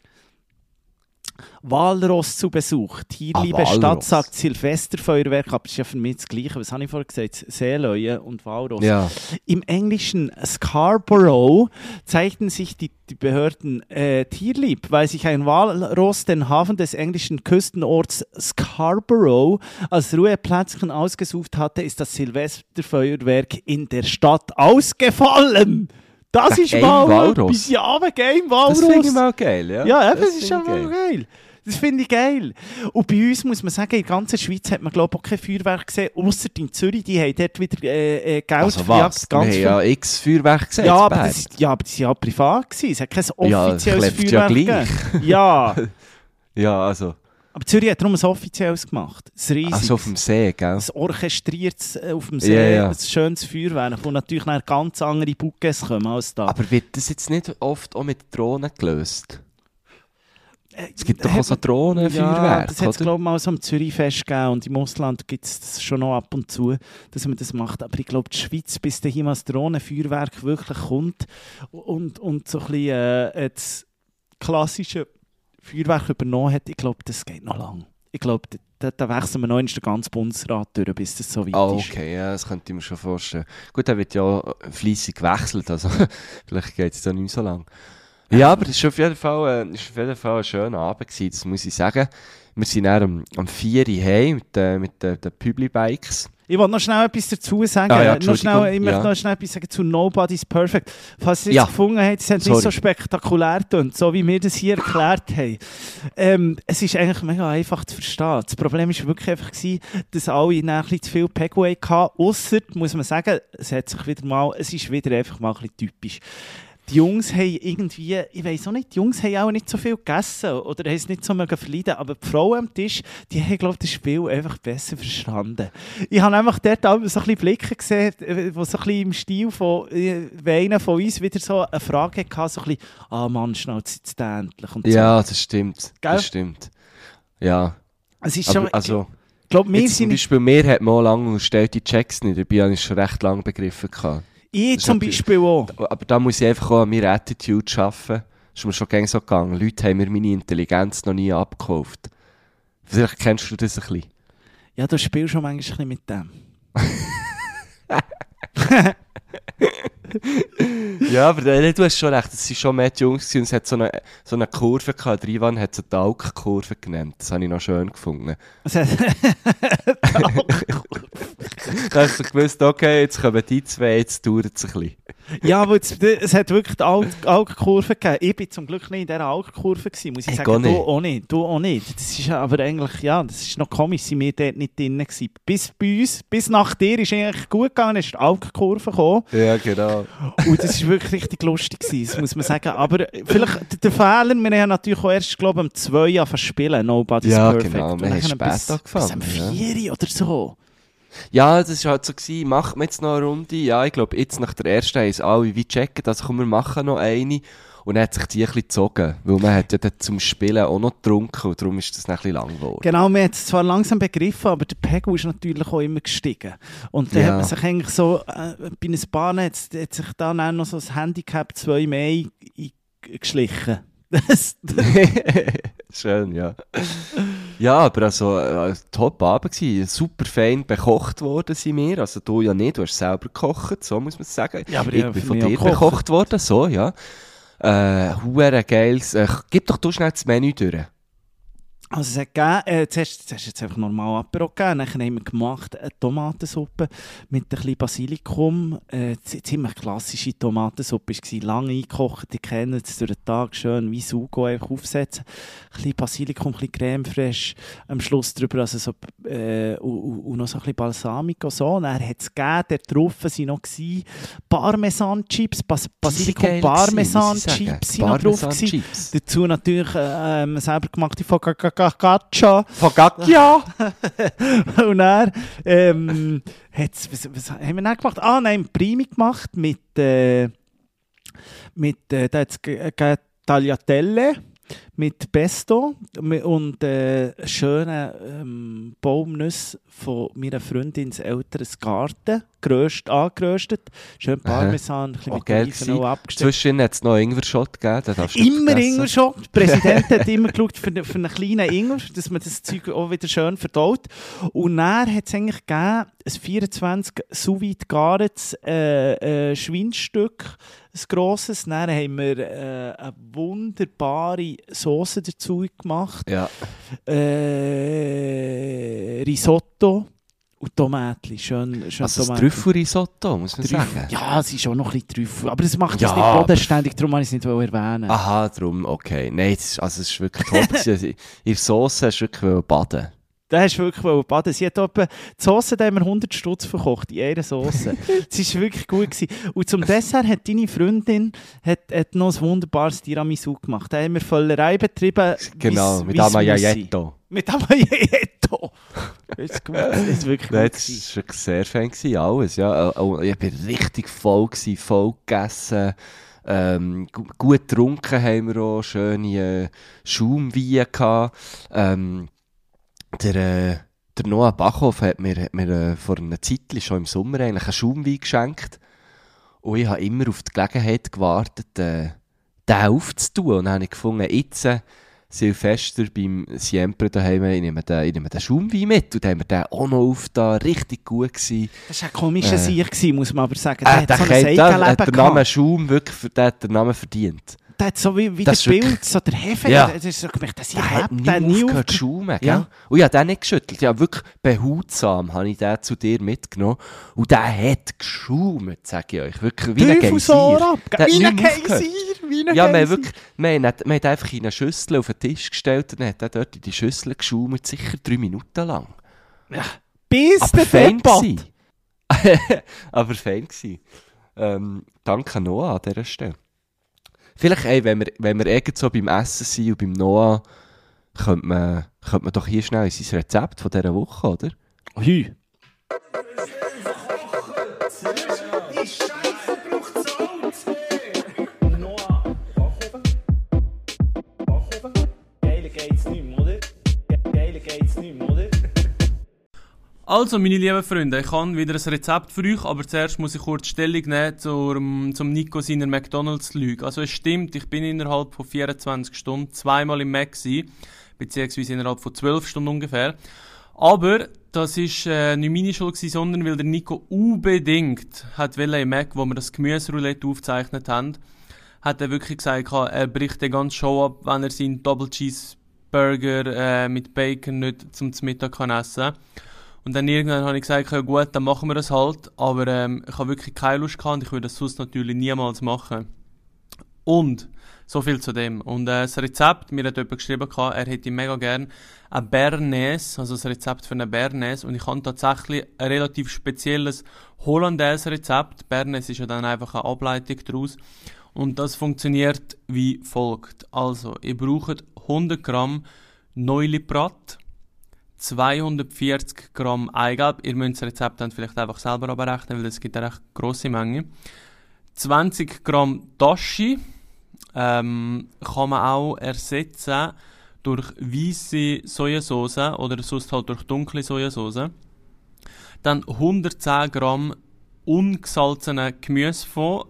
Walross zu Besuch. Tierliebe Ah, Stadt Walross. sagt Silvesterfeuerwerk, aber das ist ja für mich das Gleiche. Was habe ich vorher gesagt? Seeleute und Walross. Ja. Im englischen Scarborough zeigten sich die, die Behörden äh, tierlieb, weil sich ein Walross den Hafen des englischen Küstenorts Scarborough als Ruheplätzchen ausgesucht hatte, ist das Silvesterfeuerwerk in der Stadt ausgefallen. Das Der ist Game mal Walross. etwas, ja, aber Game Walross. Das finde ich mal geil, ja. Ja, eben, das das ist finde schon ich mal geil. Das finde ich geil. Und bei uns muss man sagen, in der ganzen Schweiz hat man, glaube ich, auch kein Feuerwerk gesehen, ausser in Zürich, die haben dort wieder äh, äh, Geld Also verjagt, was? ganz Wir viel. haben ja x Feuerwerk gesehen. Ja, in aber Bern. das, ja, aber die waren ja privat gewesen. Es hat kein Ja, offizielles klebt ja Feuerwerk gleich. gegeben. Ja, Ja, also... aber Zürich hat darum ein offizielles gemacht. Ein riesiges, Also auf dem See, gell? ein orchestriertes äh, auf dem See, Ja, ja. ein schönes Feuerwerk, wo natürlich noch ganz andere Bouquets kommen als da. Aber wird das jetzt nicht oft auch mit Drohnen gelöst? Äh, Es gibt doch hat auch so man- Drohnenfeuerwerk, Ja, das hat es oder? glaube ich mal so am Zürich-Fest gegeben und im Ausland gibt es das schon noch ab und zu, dass man das macht. Aber ich glaube, die Schweiz, bis dahin das Drohnenfeuerwerk wirklich kommt und, und so ein bisschen äh, das klassische Feuerwerk übernommen hat, ich glaube, das geht noch lang. Ich glaube, da, da wechseln wir noch einmal den ganzen Bundesrat durch, bis das so weit Ah, ist. okay, ja, das könnte ich mir schon vorstellen. Gut, er wird ja fleissig gewechselt, also vielleicht geht es da nicht so lang. Ja, aber es war auf jeden Fall, äh, ist auf jeden Fall ein schöner Abend gewesen, das muss ich sagen. Wir sind dann am, am vier Uhr heim mit, äh, mit den, den Publibikes. Ich wollte noch schnell etwas dazu sagen. Ah, ja, noch schnell, ich möchte ja. noch schnell etwas sagen zu Nobody's Perfect. Falls ihr es Ja. gefunden habt, es hat nicht Sorry. so spektakulär getönt, so wie wir das hier erklärt haben. Ähm, es ist eigentlich mega einfach zu verstehen. Das Problem war wirklich einfach, gewesen, dass alle ein bisschen zu viel Pegway hatten. Ausser, muss man sagen, es hat sich wieder mal, es ist wieder einfach mal ein bisschen typisch. Die Jungs haben irgendwie, ich weiss auch nicht, die Jungs haben auch nicht so viel gegessen oder haben es nicht so mögen verleiden, aber die Frauen am Tisch, die haben, glaube ich, das Spiel einfach besser verstanden. Ich habe einfach dort auch so ein bisschen Blicke gesehen, die so ein bisschen im Stil von, wenn einer von uns wieder so eine Frage hatte, so ein bisschen, ah Mann, schnauzt jetzt endlich und so. Ja, das stimmt. Gell? Das stimmt. Ja. Es ist schon, Aber, also, ich glaube, wir jetzt zum sind... Beispiel, mir hat man auch lange unterstellt, die Checks nicht. Dabei habe ich schon recht lange begriffen gehabt. Ich Das zum ist Beispiel auch. Aber da muss ich einfach auch an meiner Attitude arbeiten. Das ist mir schon gerne so gegangen. Leute haben mir meine Intelligenz noch nie abgekauft. Vielleicht kennst du das ein bisschen. Ja, du spielst schon manchmal ein bisschen mit dem. Ja, aber äh, du hast schon recht, es waren schon mehr die Jungs gewesen und es hat so eine, so eine Kurve gehabt. Der Ivan hat sie die Alk-Kurve genannt. Das habe ich noch schön gefunden. Es hat- Da hast du gewusst, okay, jetzt kommen die zwei, jetzt dauert es ein bisschen. Ja, aber es, es hat wirklich die Alk- Alk-Kurve gegeben. Ich bin zum Glück nicht in dieser Alk-Kurve gewesen, muss ich Ich sagen. auch Du nicht. auch nicht. Du auch nicht. Das ist aber eigentlich, ja, das ist noch komisch, sind wir dort nicht drin gewesen. Bis bei uns, bis nach dir ist eigentlich gut gegangen, ist die Alk-Kurve gekommen. Ja, genau. Und das war wirklich richtig lustig gewesen, das muss man sagen. Aber vielleicht der Fehler, wir haben ja natürlich auch erst, glaube ich, um zwei Jahre spielen, Nobody's Ja, Perfect. genau, Und wir haben dann spät bis- angefangen, Bis ja. um vier oder so. Ja, das war halt so, gewesen, machen wir jetzt noch eine Runde? Ja, ich glaube, jetzt nach der ersten haben es alle wie checken, also komm, wir machen noch eine. Und dann hat sich die ein bisschen gezogen, weil man hat ja dann zum Spielen auch noch getrunken und darum ist das dann ein bisschen lang geworden. Genau, man hat es zwar langsam begriffen, aber der Pegel ist natürlich auch immer gestiegen. Und dann Ja. hat man sich eigentlich so, äh, bei ein paar hat, hat sich dann auch noch so das Handicap zwei mehr eingeschlichen. Das, Schön, ja. Ja, aber also, äh, top Abend gewesen. Super fein bekocht worden sind wir. Also du ja nicht, du hast selber gekocht, so muss man sagen. Ja, aber ich ja, bin für von mich dir auch gekocht. bekocht worden, so, ja. Äh, hure geiles, äh, gib doch du schnell das Menü durch. also es hat gegeben, äh, zuerst, zuerst jetzt einfach normal Apero gegeben, dann haben wir gemacht eine Tomatensuppe mit ein bisschen Basilikum. Äh, z- ziemlich klassische Tomatensuppe, war lange eingekocht, die kennen es durch den Tag, schön wie Sugo einfach aufsetzen. Ein bisschen Basilikum, ein bisschen Creme fraiche, am Schluss drüber also so, äh, und, und- und noch so ein bisschen Balsamico. So. Dann hat es gegeben, dort drauf waren noch gewesen, Parmesan-Chips, Bas Basilikum Parmesan-Chips sind noch drauf gewesen. Chips. Dazu natürlich äh, ähm, selber gemachte Focaccia. Focaccia! Und dann ähm, hat's, was, was haben wir dann gemacht? Ah nein, Primi gemacht mit, äh, mit äh, da hat's ge- ge- Tagliatelle mit Pesto und äh, schönen ähm, Baumnüsse von meiner Freundin älteres Garten, geröst, angeröstet. Schön Parmesan, ein bisschen Oh, mit geil Oliven noch gewesen. abgestellt. Zwischen hat es noch Ingwer-Shot gegeben, den darfst du nicht Immer vergessen. Ingwer schon. Der Präsident hat immer geschaut für, für einen kleinen Ingwer, dass man das Zeug auch wieder schön verdaut. Und dann hat es eigentlich gegeben, ein vierundzwanzig sous vide garetes äh, äh, Schweinstück, ein grosses. Dann haben wir äh, eine wunderbare Sauce dazu gemacht. Ja. Äh, Risotto und Tomatli. Schön, schön Also das Tomatli. Trüffelrisotto, muss man Trüffel. sagen. Ja, es ist auch noch ein bisschen Trüffel. Aber das macht Ja, es nicht bodenständig, darum wollte ich es nicht erwähnen. Aha, darum, okay. Nein, das ist, also es ist wirklich top gewesen. Also, in der Sauce hast du wirklich baden. Da hast du wirklich baden. Sie hat etwa, die Sauce, da haben wir hundert Stutz verkocht, in einer Sauce. Das war wirklich gut gewesen. Und zum Dessert hat deine Freundin hat, hat noch ein wunderbares Tiramisu gemacht. Da haben wir Völlerei betrieben. Genau, wie's- mit wie's muss sein. Amayajetto. Mit Amayajetto. Das ist gut. Das ist wirklich Nein, gut das gewesen. war wirklich sehr fein, gewesen, alles. Ja. Auch- Ich war richtig voll, gewesen, voll gegessen. Ähm, gu- gut getrunken haben wir auch, schöne äh, Schaumweine gehabt. Ähm, der, äh, der Noah Bachhoff hat mir, hat mir äh, vor einer Zeit, schon im Sommer, eigentlich einen Schaumwein geschenkt. Und ich habe immer auf die Gelegenheit gewartet, äh, den aufzutun. Und dann habe ich gefunden, jetzt, äh, Silvester beim Siempre daheim, ich nehme den, ich nehme den Schaumwein mit. Und dann haben wir den auch noch aufgetan, richtig gut gewesen. Das war ein komischer Äh. Sieg, gewesen, muss man aber sagen. Äh, Der der hat so ein kennt- der hat Eigenleben den Namen gehabt. Schaum wirklich, für- der hat den Namen verdient. der hat so wie, wie Das der ist Bild, wirklich- so der Hefe, Ja. das ist so gemerkt, dass ich Der hat hab nie den nie aufgehört aufge- zu schaumen, gell? Ja. Und ich habe den nicht geschüttelt. Ja, wirklich behutsam habe ich den zu dir mitgenommen. Und der hat geschaumt, sage ich euch. Wirklich, wie ein Teufelsohr Geysir. ab. Der hat Wie nicht ein mehr aufgehört. Geysir, wie ein Ja, wir haben, Geysir. wirklich, wir, haben, nicht- wir haben einfach in eine Schüssel auf den Tisch gestellt und dann hat er dort in die Schüssel geschaumert, sicher drei Minuten lang. Bis Aber der fein Deppert. gsi. Aber fein gsi. Ähm, danke Noah an dieser Stelle. Vielleicht, ey, wenn wir, wenn wir irgend so beim Essen sind und beim Noah, könnte man, könnte man doch hier schnell in sein Rezept von dieser Woche, oder? Hü. Also, meine lieben Freunde, ich habe wieder ein Rezept für euch, aber zuerst muss ich kurz Stellung nehmen zum, zum Nico seiner McDonalds-Lüge. Also, es stimmt, ich bin innerhalb von vierundzwanzig Stunden zweimal im Mac gewesen, beziehungsweise innerhalb von zwölf Stunden ungefähr. Aber das war äh, nicht meine Schuld gewesen, sondern weil der Nico unbedingt hat wollte im Mac, wo wir das Gemüseroulette aufgezeichnet haben, hat er wirklich gesagt, er bricht die ganze Show ab, wenn er seinen Double Cheeseburger äh, mit Bacon nicht zum Mittag kann essen kann. Und dann irgendwann habe ich gesagt, ja gut, dann machen wir das halt. Aber ähm, ich habe wirklich keine Lust gehabt und ich würde das sonst natürlich niemals machen. Und, so viel zu dem. Und äh, das Rezept, mir hat jemand geschrieben, er hätte mega gern ein Bernays, also das Rezept für eine Bernays. Und ich habe tatsächlich ein relativ spezielles Hollandaise-Rezept. Bernays ist ja dann einfach eine Ableitung daraus. Und das funktioniert wie folgt. Also, ihr braucht hundert Gramm Neulibrat, zweihundertvierzig Gramm Eigelb. Ihr müsst das Rezept dann vielleicht einfach selber abrechnen, weil es gibt eine recht grosse Menge. zwanzig Gramm Dashi ähm, kann man auch ersetzen durch weisse Sojasauce oder sonst halt durch dunkle Sojasauce. Dann hundertzehn Gramm ungesalzene Gemüsefond,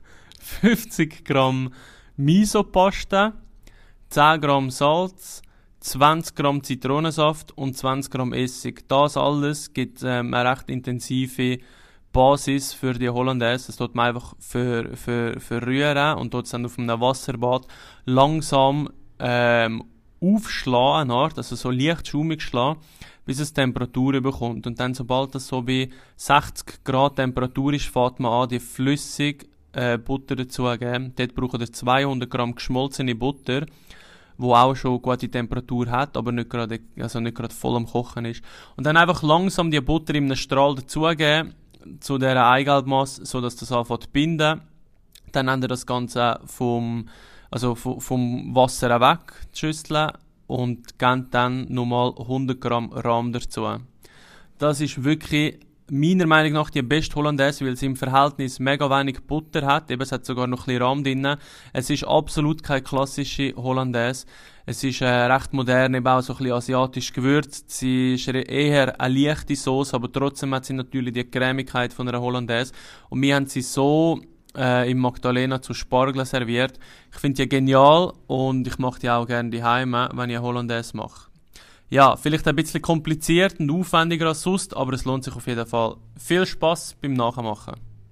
fünfzig Gramm Miso-Paste, zehn Gramm Salz, zwanzig Gramm Zitronensaft und zwanzig Gramm Essig. Das alles gibt ähm, eine recht intensive Basis für die Hollandaise. Das tut man einfach für, für, verrühren und dort dann auf einem Wasserbad langsam ähm, aufschlagen, also so leicht schaumig schlagen, bis es Temperatur bekommt. Und dann, sobald das so bei sechzig Grad Temperatur ist, fängt man an, die flüssige äh, Butter dazugeben. Dort braucht ihr zweihundert Gramm geschmolzene Butter, wo auch schon gute Temperatur hat, aber nicht gerade, also nicht gerade voll am Kochen ist. Und dann einfach langsam die Butter in einem Strahl dazugeben, zu dieser Eigelbmasse, sodass das anfängt zu binden. Dann habt ihr das Ganze vom, also vom, vom Wasser weg, die Schüssel, und gebt dann nochmal hundert Gramm Rahm dazu. Das ist wirklich meiner Meinung nach die beste Hollandaise, weil sie im Verhältnis mega wenig Butter hat. Eben, es hat sogar noch ein bisschen Rahm drin. Es ist absolut keine klassische Hollandaise. Es ist äh, recht modern, eben auch so ein bisschen asiatisch gewürzt. Sie ist eher eine leichte Sauce, aber trotzdem hat sie natürlich die Cremigkeit von einer Hollandaise. Und wir haben sie so äh, im Magdalena zu Spargel serviert. Ich finde die genial und ich mache die auch gerne daheim, wenn ich eine Hollandaise mache. Ja, vielleicht ein bisschen kompliziert und aufwendiger als sonst, aber es lohnt sich auf jeden Fall. Viel Spass beim Nachmachen.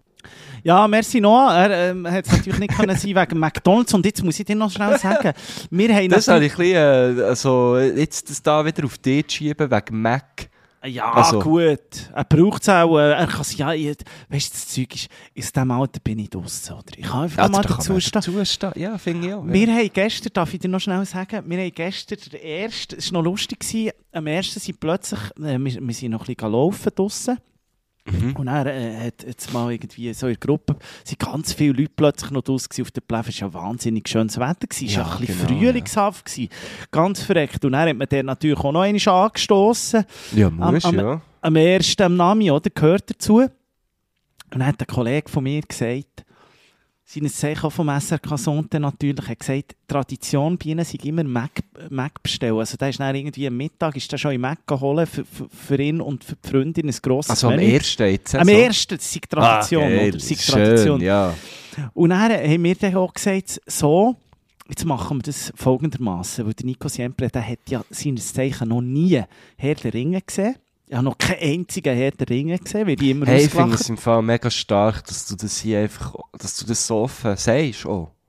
Ja, merci Noah. Er ähm, hat es natürlich nicht können sein wegen McDonalds. Und jetzt muss ich dir noch schnell sagen, wir haben Das habe ich ein bisschen, äh, also, jetzt das da wieder auf dich schieben wegen Mac. Ja, also. Gut. Er braucht es auch. Äh, er kann es ja, ich, weißt du, das Zeug ist, in diesem Alter bin ich draussen. Oder? Ich kann einfach Ja, mal da kann dazu man stehen. dazu stehen. Ja, finde ich auch. Wir haben gestern, darf ich dir noch schnell sagen, wir haben gestern der erste, es war noch lustig gewesen, am ersten sind plötzlich, äh, wir, wir sind noch ein bisschen laufen draussen. Mhm. Und er äh, hat jetzt mal irgendwie so in der Gruppe, sind ganz viele Leute plötzlich noch draussen auf der Plätze. Es war ja wahnsinnig schönes Wetter, es war Ja, ja, ein bisschen genau, frühlingshaft, gewesen. Ganz verreckt. Und dann hat man den natürlich auch noch einmal angestossen. Ja, muss, am, ja. Am ersten, am Nami, oder, gehört dazu. Und dann hat ein Kollege von mir gesagt, seines Zeichen vom S R K Sonte natürlich, hat gesagt, Tradition bei ihnen sei immer Mac, Mac bestellen. Also da ist dann irgendwie am Mittag, ist der schon im Mac geholt für, für, für ihn und für die Freundin ein grosses Also am Menü. ersten jetzt? Am so. ersten, das ist Tradition, Ah, geil. oder? Das ist Tradition. Schön, ja. Und dann haben wir dann auch gesagt, so, jetzt machen wir das folgendermaßen, weil der Nico Siempre, der hat ja seines Zeichen noch nie Herr der Ringe gesehen. Ich habe noch keinen einzigen Herr der Ringe gesehen, weil die immer Hey, ich finde ausgelacht. es im Fall mega stark, dass du das hier einfach, dass du das so offen sagst. Oh.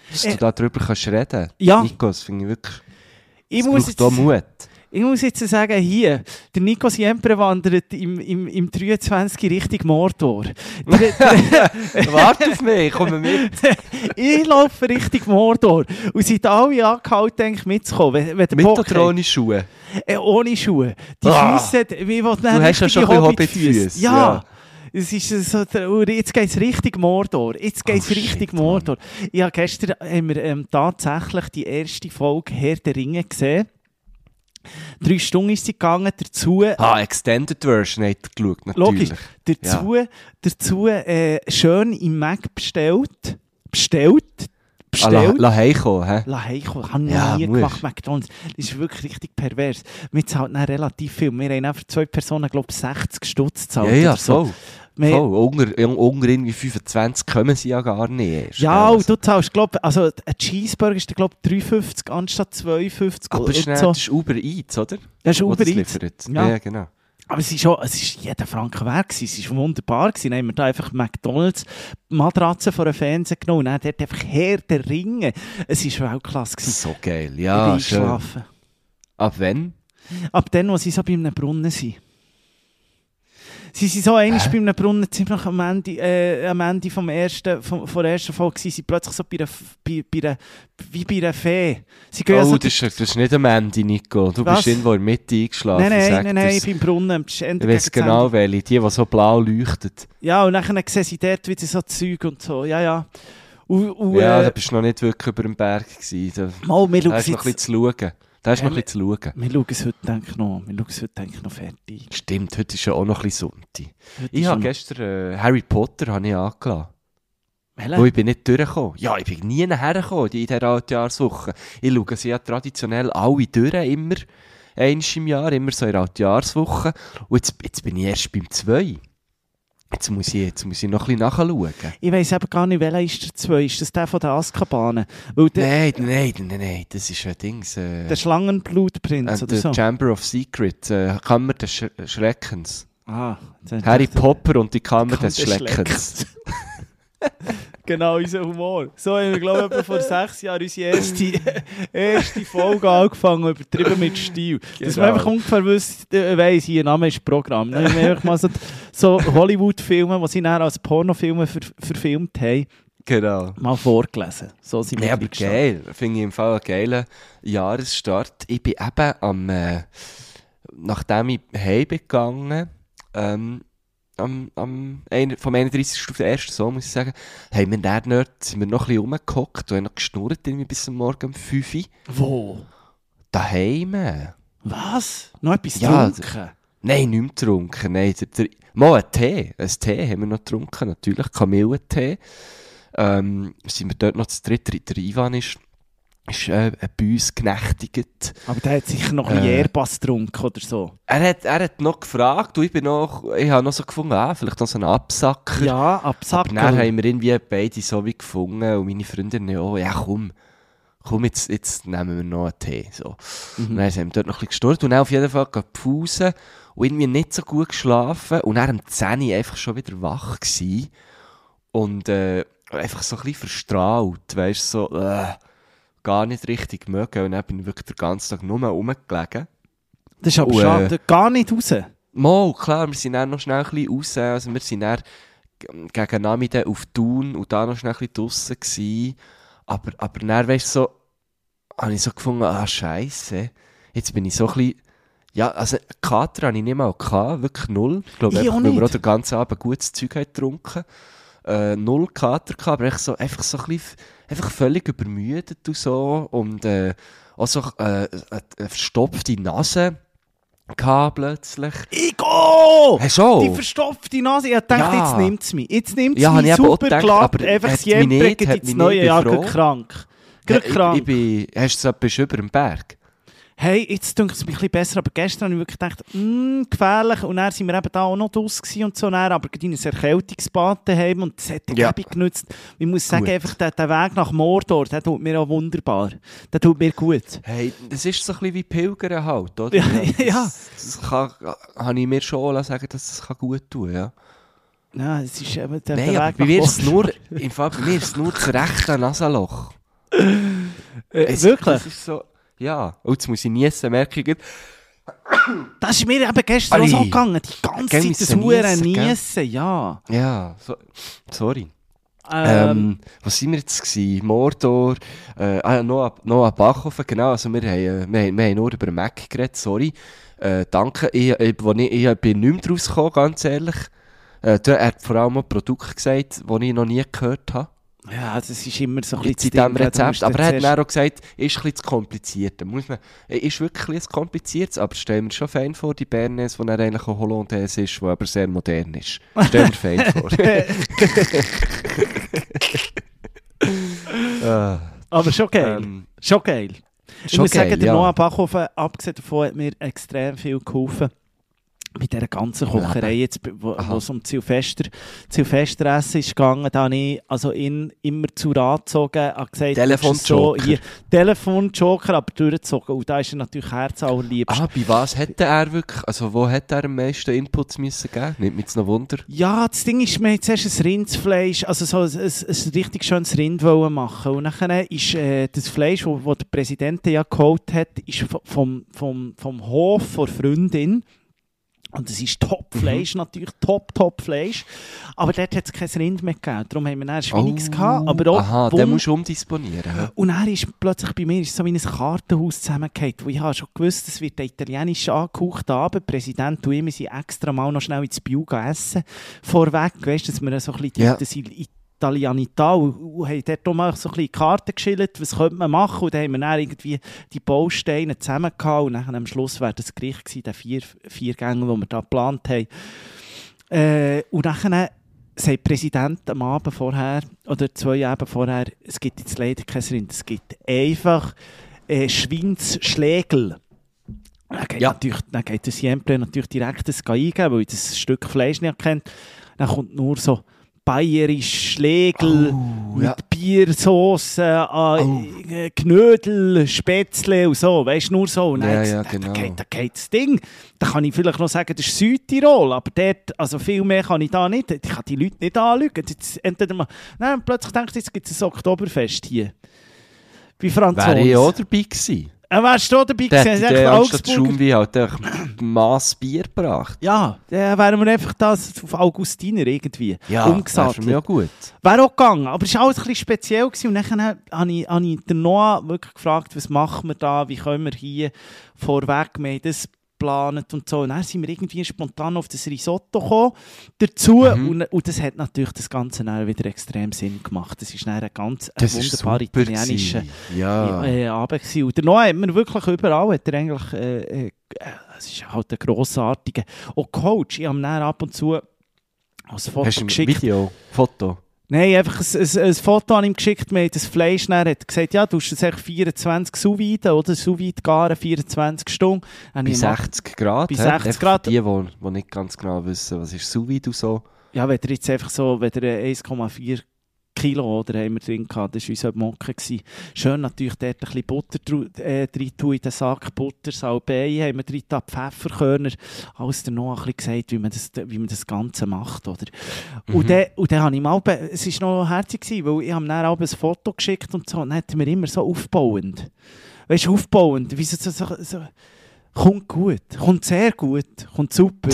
dass Äh, du da drüber kannst reden. Ja. Nico, das finde ich wirklich... Ich Es muss, braucht jetzt, auch Mut. ich muss jetzt sagen, hier, der Nico Siempre wandert im, im, im dreiundzwanzig Richtung Mordor. Der, der, Warte auf mich, komm mit. ich laufe Richtung Mordor. Und seid alle angehalten, denke ich, mitzukommen. Wenn, wenn der Mit Bock oder ohne Schuhe? hat. Äh, ohne Schuhe. Die Ah. Füße, wie will Du hast ja schon ein bisschen Hobbitfüße, Ja. ja. Es ist so, der- und jetzt geht es Richtung Mordor. Jetzt geht es Oh, Richtung shit, Mordor. Ja, gestern haben wir ähm, tatsächlich die erste Folge Herr der Ringe gesehen. Drei Stunden ist sie gegangen. Dazu, Ah, Extended Version hat er geschaut, natürlich. logisch, dazu, dazu äh, schön im Mac bestellt. Bestellt. Ah, la, Bestellt. la heimkommen, hä? La heimkommen. Habe ich Ja, noch nie musst. gemacht, McDonalds. Das ist wirklich richtig pervers. Wir zahlen dann relativ viel. Wir haben auch für zwei Personen, glaube ich, sechzig Stutz gezahlt. Ja, ja, oder so. voll. Wir- voll. Unter, unter irgendwie fünfundzwanzig kommen sie ja gar nicht erst. Ja, gell? und du zahlst, glaube also ein Cheeseburger ist, glaube ich, drei fünfzig anstatt zwei fünfzig. Aber und schnell, so. das ist Uber Eats, oder? Das ist Wo Uber das Eats. liefert. Ja. Ja, genau. Aber es ist schon, es ist jeder Franken wert gewesen. Es war wunderbar gewesen. Dann haben wir da einfach McDonalds Matratze vor den Fernseher genommen und dann dort einfach Herr der Ringe. Es war Weltklasse gewesen. So geil. Ich Ja, bin schön. eingeschlafen. Ab wann? Ab dann, wo sie so bei einem Brunnen sind. Sie sind so einmal bei einem Brunnen ziemlich am Ende, äh, am Ende vom ersten, vom, von der ersten Folge gewesen, sie plötzlich so bei einer, bei, bei einer, wie bei einer Fee. Sie gehen Oh, so das, ist, das ist nicht am Ende, Nico. Du Was? bist irgendwo in der Mitte eingeschlafen. Nein, nein, sag nein, nein, dir's. beim Brunnen. Das ist Ende Ich weiss gegen genau Ende. welche. Die, die so blau leuchtet. Ja, und dann sehen sie dort wieder so Zeug und so. Ja, ja. Und, und, Ja, da äh, bist du noch nicht wirklich über dem Berg gewesen. Da, mal, wir da schauen ist es noch ein bisschen jetzt, zu schauen. Da ist Ja, noch ein bisschen zu schauen. wir schauen es heute, denke ich, noch. Wir schauen es heute, denke ich, noch fertig. Stimmt, heute ist ja auch noch ein bisschen Sonntag. Heute Ich ist habe schon- gestern äh, Harry Potter habe ich angelassen. Welche? Wo ich bin nicht durchgekommen. Ja, ich bin nie hergekommen in dieser Altjahrswoche. Ich schaue sie ja traditionell alle durch, immer. Einmal im Jahr, immer so in der Altjahrswoche. Und jetzt, jetzt bin ich erst beim zwei. Jetzt muss ich, jetzt muss ich noch ein bisschen nachschauen. Ich weiss eben gar nicht, welcher ist der zwei. Ist das der von der Azkabanen? Weil der, Nein, nein, nein, nein, das ist ein Dings. Äh, der Schlangenblutprinz äh, oder der so. Chamber of Secrets, äh, Kammer des Sch Schreckens. Ah, der- Harry der- Potter und die Kammer Kammer des des Schreckens. Genau, unser Humor. So haben wir, glaube ich, etwa vor sechs Jahren unsere erste, erste Folge angefangen, übertrieben mit Stil. Dass man Genau. einfach ungefähr wüsste, äh, weiss, hier, Name ist Programm. Dann haben wir einfach mal so, so Hollywood-Filme, die sie dann als Pornofilme ver verfilmt haben, Genau. mal vorgelesen. So sind wir Nee, aber reingestartet. geil. Finde ich im Fall einen geilen Jahresstart. Ich bin eben am, äh, nachdem ich heim bin gegangen, ähm, am, am, ein, vom einunddreißigsten auf den ersten so muss ich sagen, haben wir dann dort, sind wir noch ein bisschen rumgehockt und haben noch geschnurrt irgendwie bis am Morgen um fünf Uhr. Wo? Daheim. Was? Noch etwas Ja, getrunken? Nein, nicht mehr getrunken. Nein, der, der, mal einen Tee. Einen Tee haben wir noch getrunken, natürlich. Kamillentee. Ähm, sind wir dort noch zu dritt. Der Ivan ist, ist äh, bei uns genächtigt. Aber der hat sicher noch ein Äh. Jährpass getrunken oder so. Er hat, er hat noch gefragt und ich bin noch, ich habe noch so gefunden, ah, vielleicht noch so einen Absacker. Ja, Aber absacken. dann haben wir irgendwie beide so wie gefunden und meine Freundin ja, ja komm, komm jetzt, jetzt nehmen wir noch einen Tee. So. Und dann haben wir dort noch ein bisschen gestorben und dann auf jeden Fall gepausen und irgendwie nicht so gut geschlafen und dann um zehn Uhr einfach schon wieder wach gewesen und äh, einfach so ein bisschen verstrahlt, weißt du, so äh, gar nicht richtig mögen und dann bin ich wirklich den ganzen Tag nur rumgelegen. Das ist aber Und, äh, schade. Gar nicht raus. Mal, klar, wir sind dann noch schnell ein bisschen raus, also wir sind dann g- gegen Nachmittag auf Thun und da noch schnell ein bisschen draussen gewesen. Aber, aber dann, weißt du, so, habe ich so gefunden, ah, Scheisse, jetzt bin ich so ein bisschen, ja, also Kater hatte ich nicht mal gehabt, wirklich null. Ich glaube, Ich einfach, auch weil wir nicht. auch den ganzen Abend gutes Zeug haben getrunken. Äh, null Kater gehabt, aber echt so, einfach so ein bisschen, einfach völlig übermüdet und so. Und äh, auch so äh, eine eine verstopfte Nase gehabt plötzlich. Igo! Hey, schon? Die verstopfte Nase. Ich dachte, Ja. jetzt nimmt es mich. Jetzt nimmt es Ja, habe mich ich eben auch super gedacht, glatt. aber Einfach hat das mich Jembrek nicht, geht hat ins mich neue nicht, Jahr bin froh. gerade krank. Hey, Gerade ich, krank. ich bin, hast du gesagt, bist du über dem Berg? Hey, jetzt denke ich es mir ein bisschen besser, aber gestern habe ich wirklich gedacht, mh, gefährlich. Und dann sind wir eben da auch noch draus gewesen und so, dann, aber in ein Erkältungsbad daheim und das hat die Ja. Gebung genutzt. Ich muss sagen, Gut. einfach der, der Weg nach Mordor, der tut mir auch wunderbar. Der tut mir gut. Hey, das ist so ein bisschen wie Pilgern halt, oder? Ja, das, ja. Das kann, habe ich mir schon sagen, dass das kann gut tun, ja. Ja, es ist eben der, Nein, der aber Weg bei nach mir ist es Mordor. nur, im Fall, bei mir ist es nur das rechte Nasenloch. Äh, Es- wirklich? Das ist so... Ja, und jetzt muss ich niesen, merke ich gerade. Das ist mir eben gestern auch Ai. so gegangen. Die ganze Gell, Zeit das müssen Huren niesen, gell? Niesen, ja. Ja, so, sorry. Ähm, Ähm, was waren wir jetzt gewesen? Mordor, äh, ah, ja, Noah, Noah Bachhofen, genau, also wir haben, äh, wir, haben, wir haben nur über Mac geredet, sorry. Äh, danke, ich, ich, wo ich, ich bin nicht mehr draus gekommen, ganz ehrlich. Äh, da, er hat vor allem auch Produkte gesagt, die ich noch nie gehört habe. ja, das ist immer so ein Jetzt bisschen in diesem das Ding, du musst Rezept. Aber er hat dann dann auch gesagt, ist ein bisschen zu kompliziert. Da muss man, äh, ist wirklich ein bisschen kompliziert, aber stell mir schon fein vor, die Bernays, die dann eigentlich auch Hollandaise ist, die aber sehr modern ist. Stell mir fein vor. Ah, Aber schon geil. ähm, Schon geil. Ich schon muss sagen, geil, der ja. Noah Bachhofen, abgesehen davon, hat mir extrem viel geholfen. Bei dieser ganzen Kocherei, jetzt, wo Aha. wo es um Silvester, Silvesteressen ist gegangen, da habe ich also ihn immer zu Rat gezogen, habe gesagt, Telefonjoker. so, hier, Telefonjoker, aber durchgezogen. Und da ist er natürlich herzallerliebst. Ah, bei was hätte er wirklich, also wo hat er am meisten Inputs müssen geben? Nimmt mich jetzt noch Wunder. Ja, das Ding ist, wir haben zuerst ein Rindsfleisch, also so ein, ein, ein richtig schönes Rind wollen machen. Und dann ist äh, das Fleisch, das wo der Präsident ja geholt hat, ist vom, vom, vom Hof von der Freundin. Und es ist Top-Fleisch, Mhm. natürlich Top-Top-Fleisch. Aber dort hat es kein Rind mehr gegeben. Darum haben wir dann Schweinis Oh, gehabt. Aber auch aha, wund- den musst du umdisponieren. hä? Und dann ist plötzlich bei mir ist so wie ein Kartenhaus zusammengefallen, wo ich habe schon gewusst, es wird der italienisch angehauchte Abend. Der Präsident und ich, wir sind extra mal noch schnell ins Biu gegessen. Vorweg, weißt du, dass wir so ein bisschen Ja. die, das Italianita und, und haben dort auch mal so ein bisschen Karten geschildert, was könnte man machen. Und dann haben wir dann irgendwie die Bausteine zusammengehauen. Und dann am Schluss wäre das Gericht gewesen, der vier, vier Gänge, die wir da geplant haben. Äh, und dann sagt der Präsident am Abend vorher, oder zwei Abend vorher, es gibt jetzt leider kein Rind, es gibt einfach äh, Schweinsschlägel. Dann geht, Ja. natürlich, dann geht der Siempre natürlich direkt das eingeben, weil ich das Stück Fleisch nicht kennt. Dann kommt nur so bayerisch Schlägel Oh, mit ja. Biersauce, äh, äh, Knödel, Spätzle und so, weißt du, nur so. Und dann Ja, hat's- ja, da- genau. Da geht, da geht das Ding. Da kann ich vielleicht noch sagen, das ist Südtirol, aber dort, also viel mehr kann ich da nicht. Ich kann die Leute nicht anlügen. Jetzt, entweder mal, nein, plötzlich denke ich, jetzt gibt es ein Oktoberfest hier. Bei Franzosen. Wäre ich auch dabei gewesen. Äh, wärst du dabei Der gewesen? hätte Echt der anstatt Augsburger? Schaumwein halt einfach Mass Bier gebracht. Ja, dann wären wir einfach das auf Augustiner irgendwie wäre umgesattelt. für mich auch gut. Wäre auch gegangen, aber es war alles ein bisschen speziell gewesen. Und dann habe ich, habe ich den Noah wirklich gefragt, was machen wir da, wie können wir hier vorweg, wir haben das geplant und so. Und dann sind wir irgendwie spontan auf das Risotto gekommen, dazu. Mhm. Und, und das hat natürlich das Ganze dann wieder extrem Sinn gemacht. Das ist dann ein ganz Das ein ist wunderbarer super italienischer gewesen. Ja. äh, Abend gewesen. Und der Noah hat mir wirklich überall, hat er eigentlich, äh, äh, es ist halt ein grossartiger, auch Coach, ich habe ihm dann ab und zu als Foto Hast du ein geschickt. Video, Foto? Nein, einfach ein, ein, ein Foto an ihm geschickt, wir haben das Fleisch dann, er hat gesagt, ja, du hast das echt vierundzwanzig sous vide, oder sous vide garen, vierundzwanzig Stunden. Habe Bei ich gemacht. sechzig Grad. Bei hä? sechzig Einfach Grad. für Die, die, die nicht ganz genau wissen, was ist sous vide und so. Ja, wenn er jetzt einfach so, wenn er eins Komma vier Kilo oder haben wir drin gehabt, das war unser Mocke. Schön natürlich dort ein bisschen Butter dru- äh, rein tun in den Sack, Butter, Salbei, haben wir drin da Pfefferkörner, alles der noch ein bisschen gesagt, wie man das, wie man das Ganze macht, oder? Mhm. Und dann, und dann habe ich mal, be- es war noch herzig gewesen, weil ich habe ihm dann auch ein Foto geschickt und so, und dann hat er mir immer so aufbauend, weißt du, aufbauend, wie so, so, so, so kommt gut, kommt sehr gut, kommt super.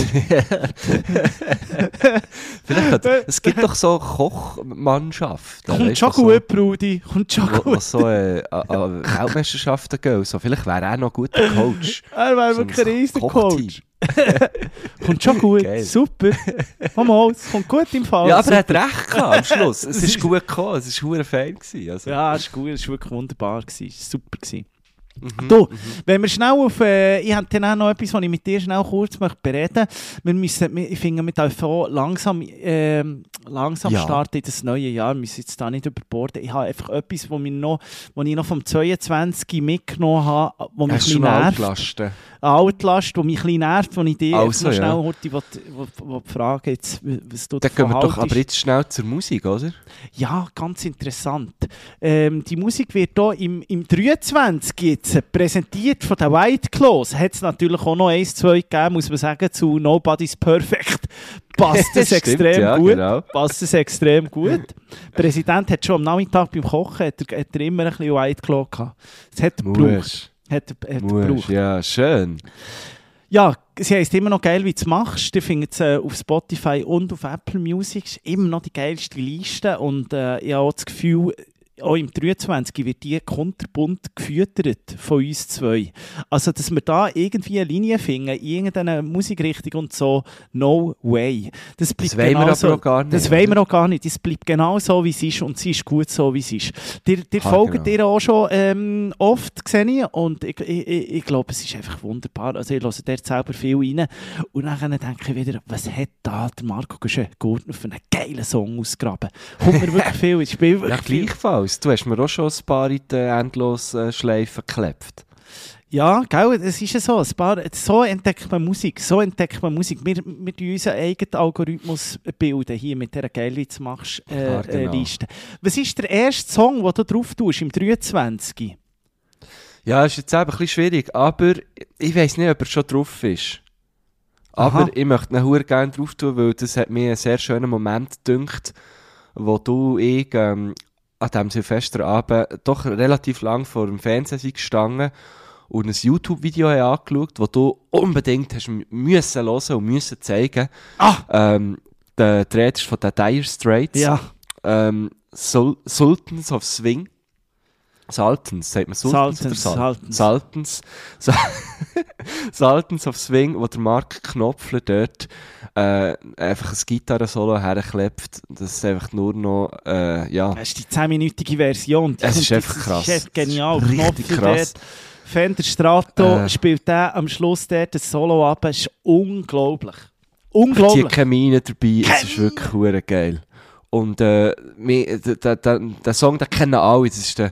Vielleicht hat, es gibt doch so Kochmannschaften. Kommt weißt schon du, so- gut, Brudi, kommt schon Wo, wo gut. so äh, an- an Weltmeisterschaften gehen. So. Vielleicht wäre er noch ein guter Coach. Er wäre So ein wirklich ein riesiger Kochteam. Coach. Kommt schon gut, Geil. super. Komm mal, es kommt gut im Fall. Ja, aber er hat Super. recht gehabt am Schluss. Es ist gut gekommen, es war verdammt fein gewesen. Also. Ja, es ist gut, es war wirklich wunderbar, es war super. Gewesen. Mhm. Du, wenn wir schnell auf, äh, ich habe dann auch noch etwas, was ich mit dir schnell kurz möchte bereden. Wir müssen, wir- ich finde, wir dürfen auch langsam, ähm, langsam Ja. starten in das neue Jahr. Wir müssen jetzt da nicht überborden. Ich habe einfach etwas, was, mir noch, was ich noch vom zweiundzwanzig mitgenommen habe, was mich Hast ein du bisschen noch nervt. Altlasten? Eine Altlast, die mich ein bisschen nervt, die ich dir Also, jetzt noch ja. schnell heute will, will, will fragen jetzt, was du Dann davon gehen wir doch haltest. aber jetzt schnell zur Musik, oder? Ja, ganz interessant. Ähm, die Musik wird hier im, im dreiundzwanzig, jetzt, präsentiert von den White Claws, hat es natürlich auch noch eins, zwei gegeben, muss man sagen, zu Nobody's Perfect. Passt es Stimmt, extrem ja, gut. genau. Passt es extrem gut. Der Präsident hat schon am Nachmittag beim Kochen hat er, hat er immer ein bisschen White Claw gehabt. Das hat er gebraucht. Muss. Hat er, hat er Muss. gebraucht. Ja, schön. Ja, sie heisst immer noch geil, wie du es machst. Ihr findet es äh, auf Spotify und auf Apple Music. Ist immer noch die geilste Liste. Und äh, ich habe auch das Gefühl, auch im dreiundzwanzig wird die kunterbunt gefüttert von uns zwei. Also, dass wir da irgendwie eine Linie finden, in irgendeiner Musikrichtung und so, no way. Das, bleibt Das wollen wir genau aber so, auch gar nicht, Das wollen wir auch gar nicht. Es bleibt genau so, wie es ist und sie ist gut so, wie es ist. Dir, dir Ha, folgen genau. dir auch schon ähm, oft, sehe ich, und ich, ich, ich, ich glaube, es ist einfach wunderbar. Also, ich höre dort selber viel rein und dann denke ich wieder, was hat da der Marco Gurtner für einen geilen Song ausgegraben? Kommt mir wirklich viel, ich spiele wirklich Ja, viel. gleichfalls. Du hast mir auch schon ein paar in die endlose Schleife geklebt. Ja, gell, es ist ja so. Ein paar, so entdeckt man Musik. So entdeckt man Musik. Wir, wir bilden unseren eigenen Algorithmus bilden, hier mit dieser «Geil, wie du machst» äh, Ja, genau. äh, Liste. Was ist der erste Song, den du drauf tust, im dreiundzwanzig? Ja, ist jetzt eben ein bisschen schwierig, aber ich weiss nicht, ob er schon drauf ist. Aber Aha. ich möchte ihn verdammt gerne drauf tun, weil das hat mir einen sehr schönen Moment gedünkt, wo du ich ähm, an diesem Silvesterabend doch relativ lang vor dem Fernsehen sind gestanden und ein YouTube-Video haben angeschaut, wo du unbedingt hast müssen hören und müssen zeigen. Ah! Ähm, der der Rede ist von den Dire Straits. Ja, Ähm, Sul Sultans of Swing. Sultans, sagt man Sultans Sultans, oder Sal Sultans. Sultans. Sa- Sultans of Swing, wo der Mark Knopfler dort äh, einfach ein Gitarrensolo herklebt. Das ist einfach nur noch, äh, ja, das ist die zehnminütige Version. Die es ist kommt- einfach das krass. ist echt genial. Das ist richtig Knopfler krass. dort, Fender Strato Äh. spielt der am Schluss dort das Solo ab. Das ist unglaublich. Die Unglaublich. Chemie dabei, es ist wirklich verdammt geil. Und äh, mir- der, der, der, der Song, den kennen alle, das ist der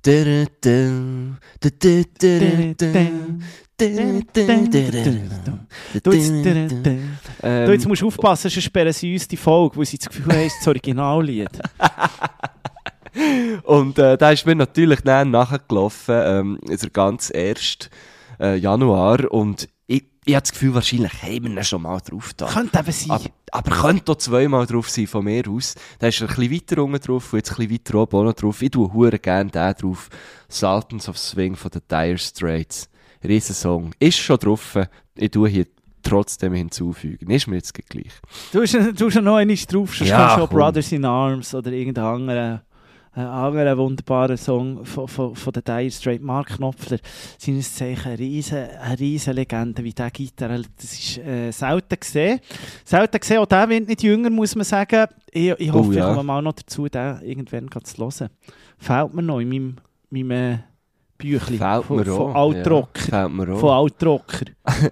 Du, jetzt, du, Ähm, jetzt musst du aufpassen, sonst sperren sie uns die Folge, weil sie das Gefühl haben, es ist das Originallied. Und äh, da ist mir natürlich dann nachgelaufen, ähm, der ganz erste äh, Januar. Und ich, ich habe das Gefühl, wahrscheinlich haben wir ihn schon mal drauf da. Könnte eben sein. Aber, aber könnte auch zweimal drauf sein von mir aus. Da ist er ein bisschen weiter unten drauf und jetzt ein bisschen weiter oben auch noch drauf. Ich tue verdammt gerne den drauf. Sultans of Swing von den Dire Straits. Riesensong. Ist schon drauf. Ich tue hier trotzdem hinzufügen. Ist mir jetzt gleich. Du hast, du hast noch einen drauf, sonst Ja, kannst du auch komm. Brothers in Arms oder irgendeinen anderen, äh, anderen wunderbaren Song von, von, von den Dire Straits. Mark Knopfler, seines Zeichen eine riesen, eine riesen Legende, wie der Gitarre, das ist äh, selten gesehen. Selten gesehen, auch der wird nicht jünger, muss man sagen. Ich, ich hoffe, Oh, ja. ich komme mal noch dazu, den irgendwann zu hören. Fehlt mir noch in meinem, meinem äh, Büchlein Fällt von, mir von auch. Altrocker. Ja, fällt mir auch. Von Altrocker.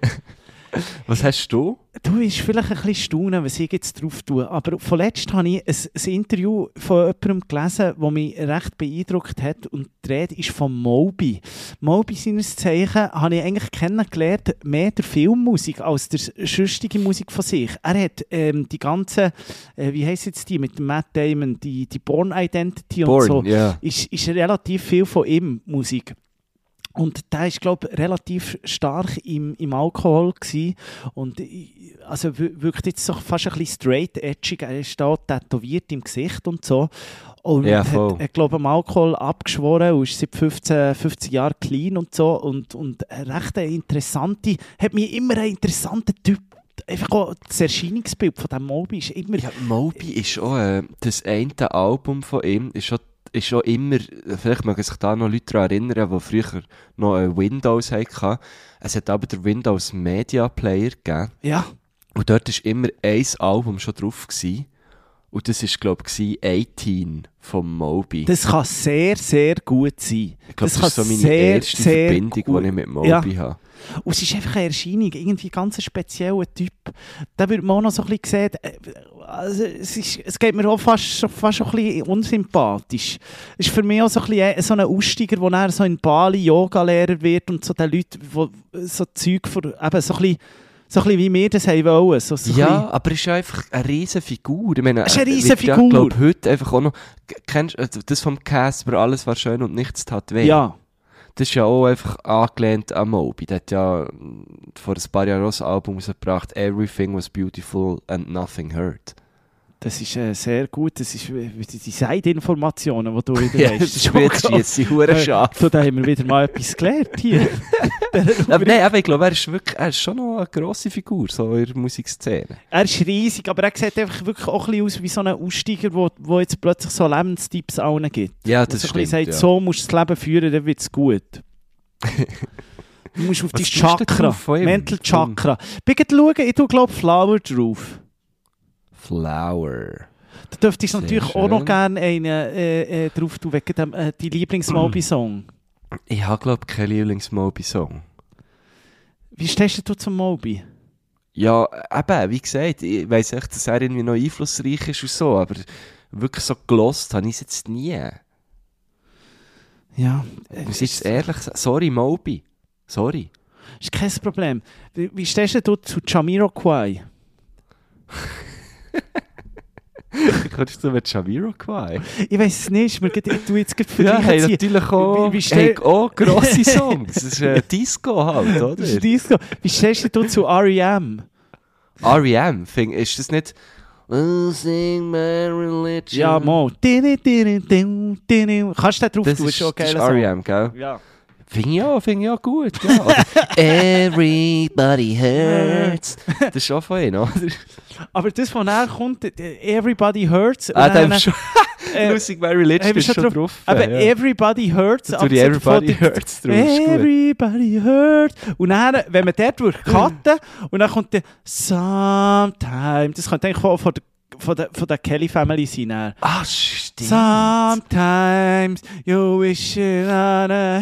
Was hast du? Du wirst vielleicht ein bisschen staunen, was ich jetzt drauf tue. Aber vorletzt habe ich ein, ein Interview von jemandem gelesen, das mich recht beeindruckt hat. Und die Rede ist von Moby. Moby seines Zeichen habe ich eigentlich kennengelernt, mehr der Filmmusik als der sonstige Musik von sich. Er hat ähm, die ganze, äh, wie heisst jetzt die, mit dem Matt Damon, die, die Born Identity und Born, so, ja. ist, ist relativ viel von ihm Musik. Und der war, glaube ich, relativ stark im, im Alkohol gewesen. Und ich- also w- wirkt jetzt so fast ein bisschen straight-edgig. Er ist da tätowiert im Gesicht und so. Und Ja, hat, voll. hat glaube ich, am Alkohol abgeschworen und ist seit fünfzehn, fünfzehn Jahren clean und so. Und, und ein recht interessante, hat mich immer ein interessanter Typ. Einfach auch das Erscheinungsbild von diesem Moby ist immer... Ja, Moby ist auch äh, das eine Album von ihm, ist schon, ist schon immer, vielleicht mögen sich da noch Leute daran erinnern, die früher noch äh, Windows hatten. Es hat aber den Windows Media Player gegeben. Ja. Und dort war immer ein Album schon drauf. Gewesen. Und das war, glaube ich, achtzehn von Moby. Das kann sehr, sehr gut sein. ich glaube, das, kann ist so meine sehr, erste sehr Verbindung, gut- die ich mit Moby Ja. habe. Und es ist einfach eine Erscheinung, irgendwie ganz ein spezieller Typ. Da wird man auch noch so ein bisschen sehen, äh, also es, ist, es geht mir auch fast, schon- fast schon ein bisschen unsympathisch. Es ist für mich auch so ein, bisschen so ein Aussteiger, der dann so in Bali Yoga-Lehrer wird und so den Leuten, die so Zeug vor, eben so ein bisschen, so ein bisschen wie wir das haben wollen. So, so ein Ja, bisschen- aber er ist einfach eine riesige Figur. Ich meine, Er ist eine äh, riesige wird ja, Figur. glaub, heute einfach auch noch, kennst du äh, das vom Casper, alles war schön und nichts tat weh? ja. Das ist ja auch einfach angelehnt an Moby. Der hat ja vor ein paar Jahren auch ein Album rausgebracht, «Everything was beautiful and nothing hurt». Das ist äh, sehr gut. Das ist äh, die Seidinformationen, die du wieder Ja, hast. das ist jetzt jetzt die Hure scharf. So, da haben wir wieder mal etwas gelernt hier. Aber nein, aber ich glaube, er ist wirklich, er ist schon noch eine grosse Figur, so in der Musikszene. Er ist riesig, aber er sieht einfach wirklich auch ein bisschen aus wie so ein Aussteiger, wo, wo jetzt plötzlich so Lebenstipps allen gibt. Ja, das so stimmt, sagt, ja. so musst du das Leben führen, dann wird es gut. Du musst auf Was dein tust du denn Chakra, drauf von ihm? Mental Chakra. Ich gehe schauen, ich tue glaube Flower drauf. Flower. Da dürftest du Sehr natürlich auch noch schön. gerne einen äh, äh, drauf tun, wegen dem äh, die Lieblings-Moby-Song. Ich habe, glaube ich, keinen Lieblings-Moby-Song. Wie stehst du zum Moby? Ja, eben, wie gesagt, ich weiss echt, dass er irgendwie noch einflussreich ist und so, aber wirklich so gelost habe ich es jetzt nie. Ja, Ich muss jetzt ehrlich sagen, sorry Moby, sorry. ist kein Problem. Wie, wie stehst du zu Jamiroquai? Kannst du mit Jamiroquai? Ich weiß es nicht, wir gehen- ich tue jetzt gerade Ja, hey, vergleichen. natürlich auch, Wie- wie hey, stell- auch grosse Songs. Das ist äh, Disco halt, oder? Das ist Disco. Wie stehst du zu R E M? R E M, find, ist das nicht... I'll sing my religion. Ja, mal. Kannst du den drauf Das tun? ist, Schon das ist geiler R E Song. M, gell? Ja. Finde ich auch, finde ich auch gut, ja. Oder Everybody hurts. Das ist schon von ihnen, oder? Aber das, von nachher kommt, äh, Everybody Hurts. Ah, und da dann, ist schon... äh, Losing My Religion haben wir ist schon schon drauf- drauf. aber ja. Everybody Hurts. Da tue ich abgesehen von Everybody der- Hurts drauf, ist gut. Everybody Hurts. Und dann, wenn man dort durch cutten und dann kommt der Sometime. Das könnte eigentlich von, von der von der, von der Kelly Family sein. Dann. Ah, stimmt. Sometimes you wish it on a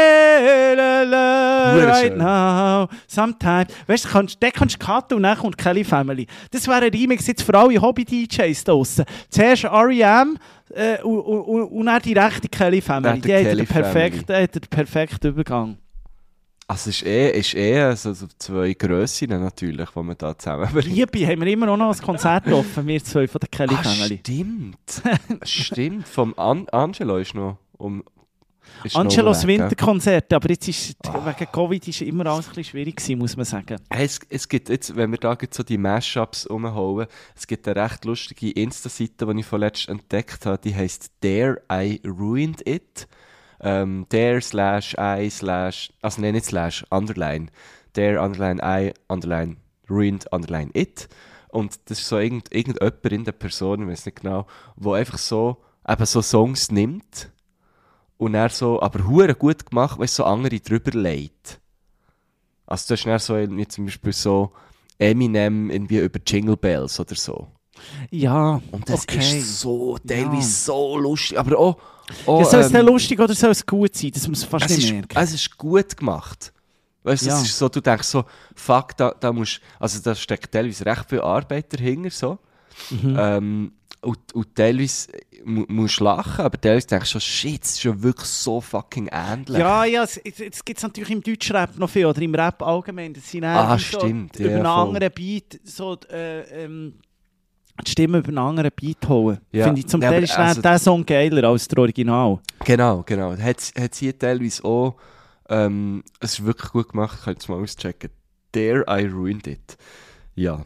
hell Hure right schön. now. Sometimes. Weißt du, kannst, den kannst du cutten und dann kommt Kelly Family. Das wäre ein Remix jetzt für alle Hobby-D Js draussen. Zuerst R E M äh, und, und, und dann direkt die Kelly Family. Dann die Die hat Kelly den perfekten, hat den perfekten Übergang. Also es ist eh, ist eh so, so zwei Grössen natürlich, die man da zusammenbringt. Liebe, haben wir immer noch ein Konzert offen, wir zwei von der Kelly Ah, Family. stimmt. Stimmt. Vom An Angelo ist noch... Um, ist Angelos noch weg, gell? Winterkonzerte, aber jetzt ist Ah. wegen Covid ist immer alles ein bisschen schwierig gewesen, muss man sagen. Hey, Es, es gibt jetzt, wenn wir da jetzt so die Mashups umhauen, es gibt eine recht lustige Insta-Seite, die ich vorletzt entdeckt habe, die heisst Dare I Ruined It. Ähm, Dare slash I slash, also nein, nicht slash, underline. Dare underline I underline ruined underline it. Und das ist so irgend, irgendjemand in der Person, ich weiß nicht genau, wo einfach so, eben so Songs nimmt und er so, aber hure gut gemacht, weil es so andere drüber legt. Also du hast dann so irgendwie zum Beispiel so Eminem irgendwie über Jingle Bells oder so. Ja, Und das okay. ist so, teilweise Ja. so lustig, aber auch... auch Ja, soll es denn ähm, lustig oder soll es gut sein? Das muss man fast es, nicht ist, merken. es ist gut gemacht. Weißt du, Ja. es ist so, du denkst so, fuck, da, da musst, also da steckt teilweise recht viel Arbeit dahinter, so. Mhm. Ähm, und, und teilweise mu musst du lachen, aber teilweise denkst du so, shit, es ist ja wirklich so fucking ähnlich. Ja, ja, es, es, es gibt es natürlich im Deutschrap noch viel, oder im Rap allgemein. Das sind Ah, eher so stimmt, über ja, einen voll. anderen Beat, so äh, ähm, die Stimme über einen anderen Beat holen. Ja. Finde ich zum Ja, Teil aber ist also- der Song geiler als der Original. Genau, genau. Hat hat sie teilweise auch, ähm, es ist wirklich gut gemacht, ich kann jetzt mal auschecken. Dare I Ruined It. Ja.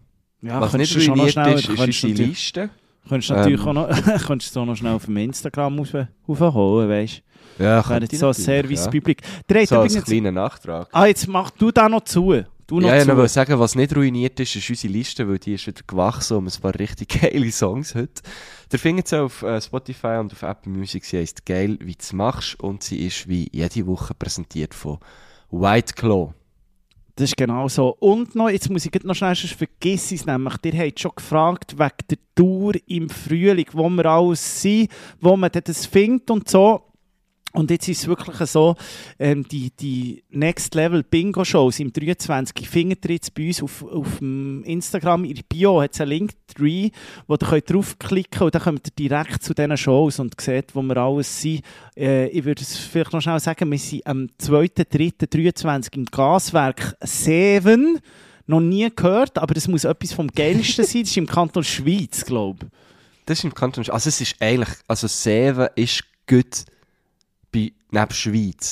Ja, Was nicht könntest du schon noch ruiniert schnell- ist, ist könntest unsere natürlich- Liste. Könntest du natürlich Ähm. auch noch, könntest du auch noch schnell auf dem Instagram rauf, raufholen, weißt du? Ja, Wäre jetzt so ein Service-Publik. Ja. Der hat So als übrigens... kleiner Nachtrag. Ah, jetzt mach du da noch zu. Du noch Ja, ich zu. wollte sagen, was nicht ruiniert ist, ist unsere Liste, weil die ist wieder gewachsen um ein paar richtig geile Songs heute. Ihr findet sie auf äh, Spotify und auf Apple Music. Sie heisst «Geil, wie du's machst» und sie ist wie jede Woche präsentiert von White Claw. Das ist genau so. Und noch, jetzt muss ich gleich noch schnell, sonst vergiss ich es nämlich. Ihr habt schon gefragt wegen der Tour im Frühling, wo wir alles sind, wo man dann das findet und so. Und jetzt ist es wirklich so, ähm, die, die Next Level Bingo Shows im dreiundzwanzig findet ihr jetzt bei uns auf, auf dem Instagram. In der Bio hat es einen Link drin, wo ihr könnt draufklicken könnt und dann kommt ihr direkt zu diesen Shows und seht, wo wir alles sind. Äh, ich würde es vielleicht noch schnell sagen, wir sind am zweiten dritten dreiundzwanzig im Gaswerk sieben. Noch nie gehört, aber das muss etwas vom Geilsten sein. Das ist im Kanton Schweiz, glaube ich. Das ist im Kanton... Also es ist eigentlich... Also Seven ist gut bei, neben Schweiz.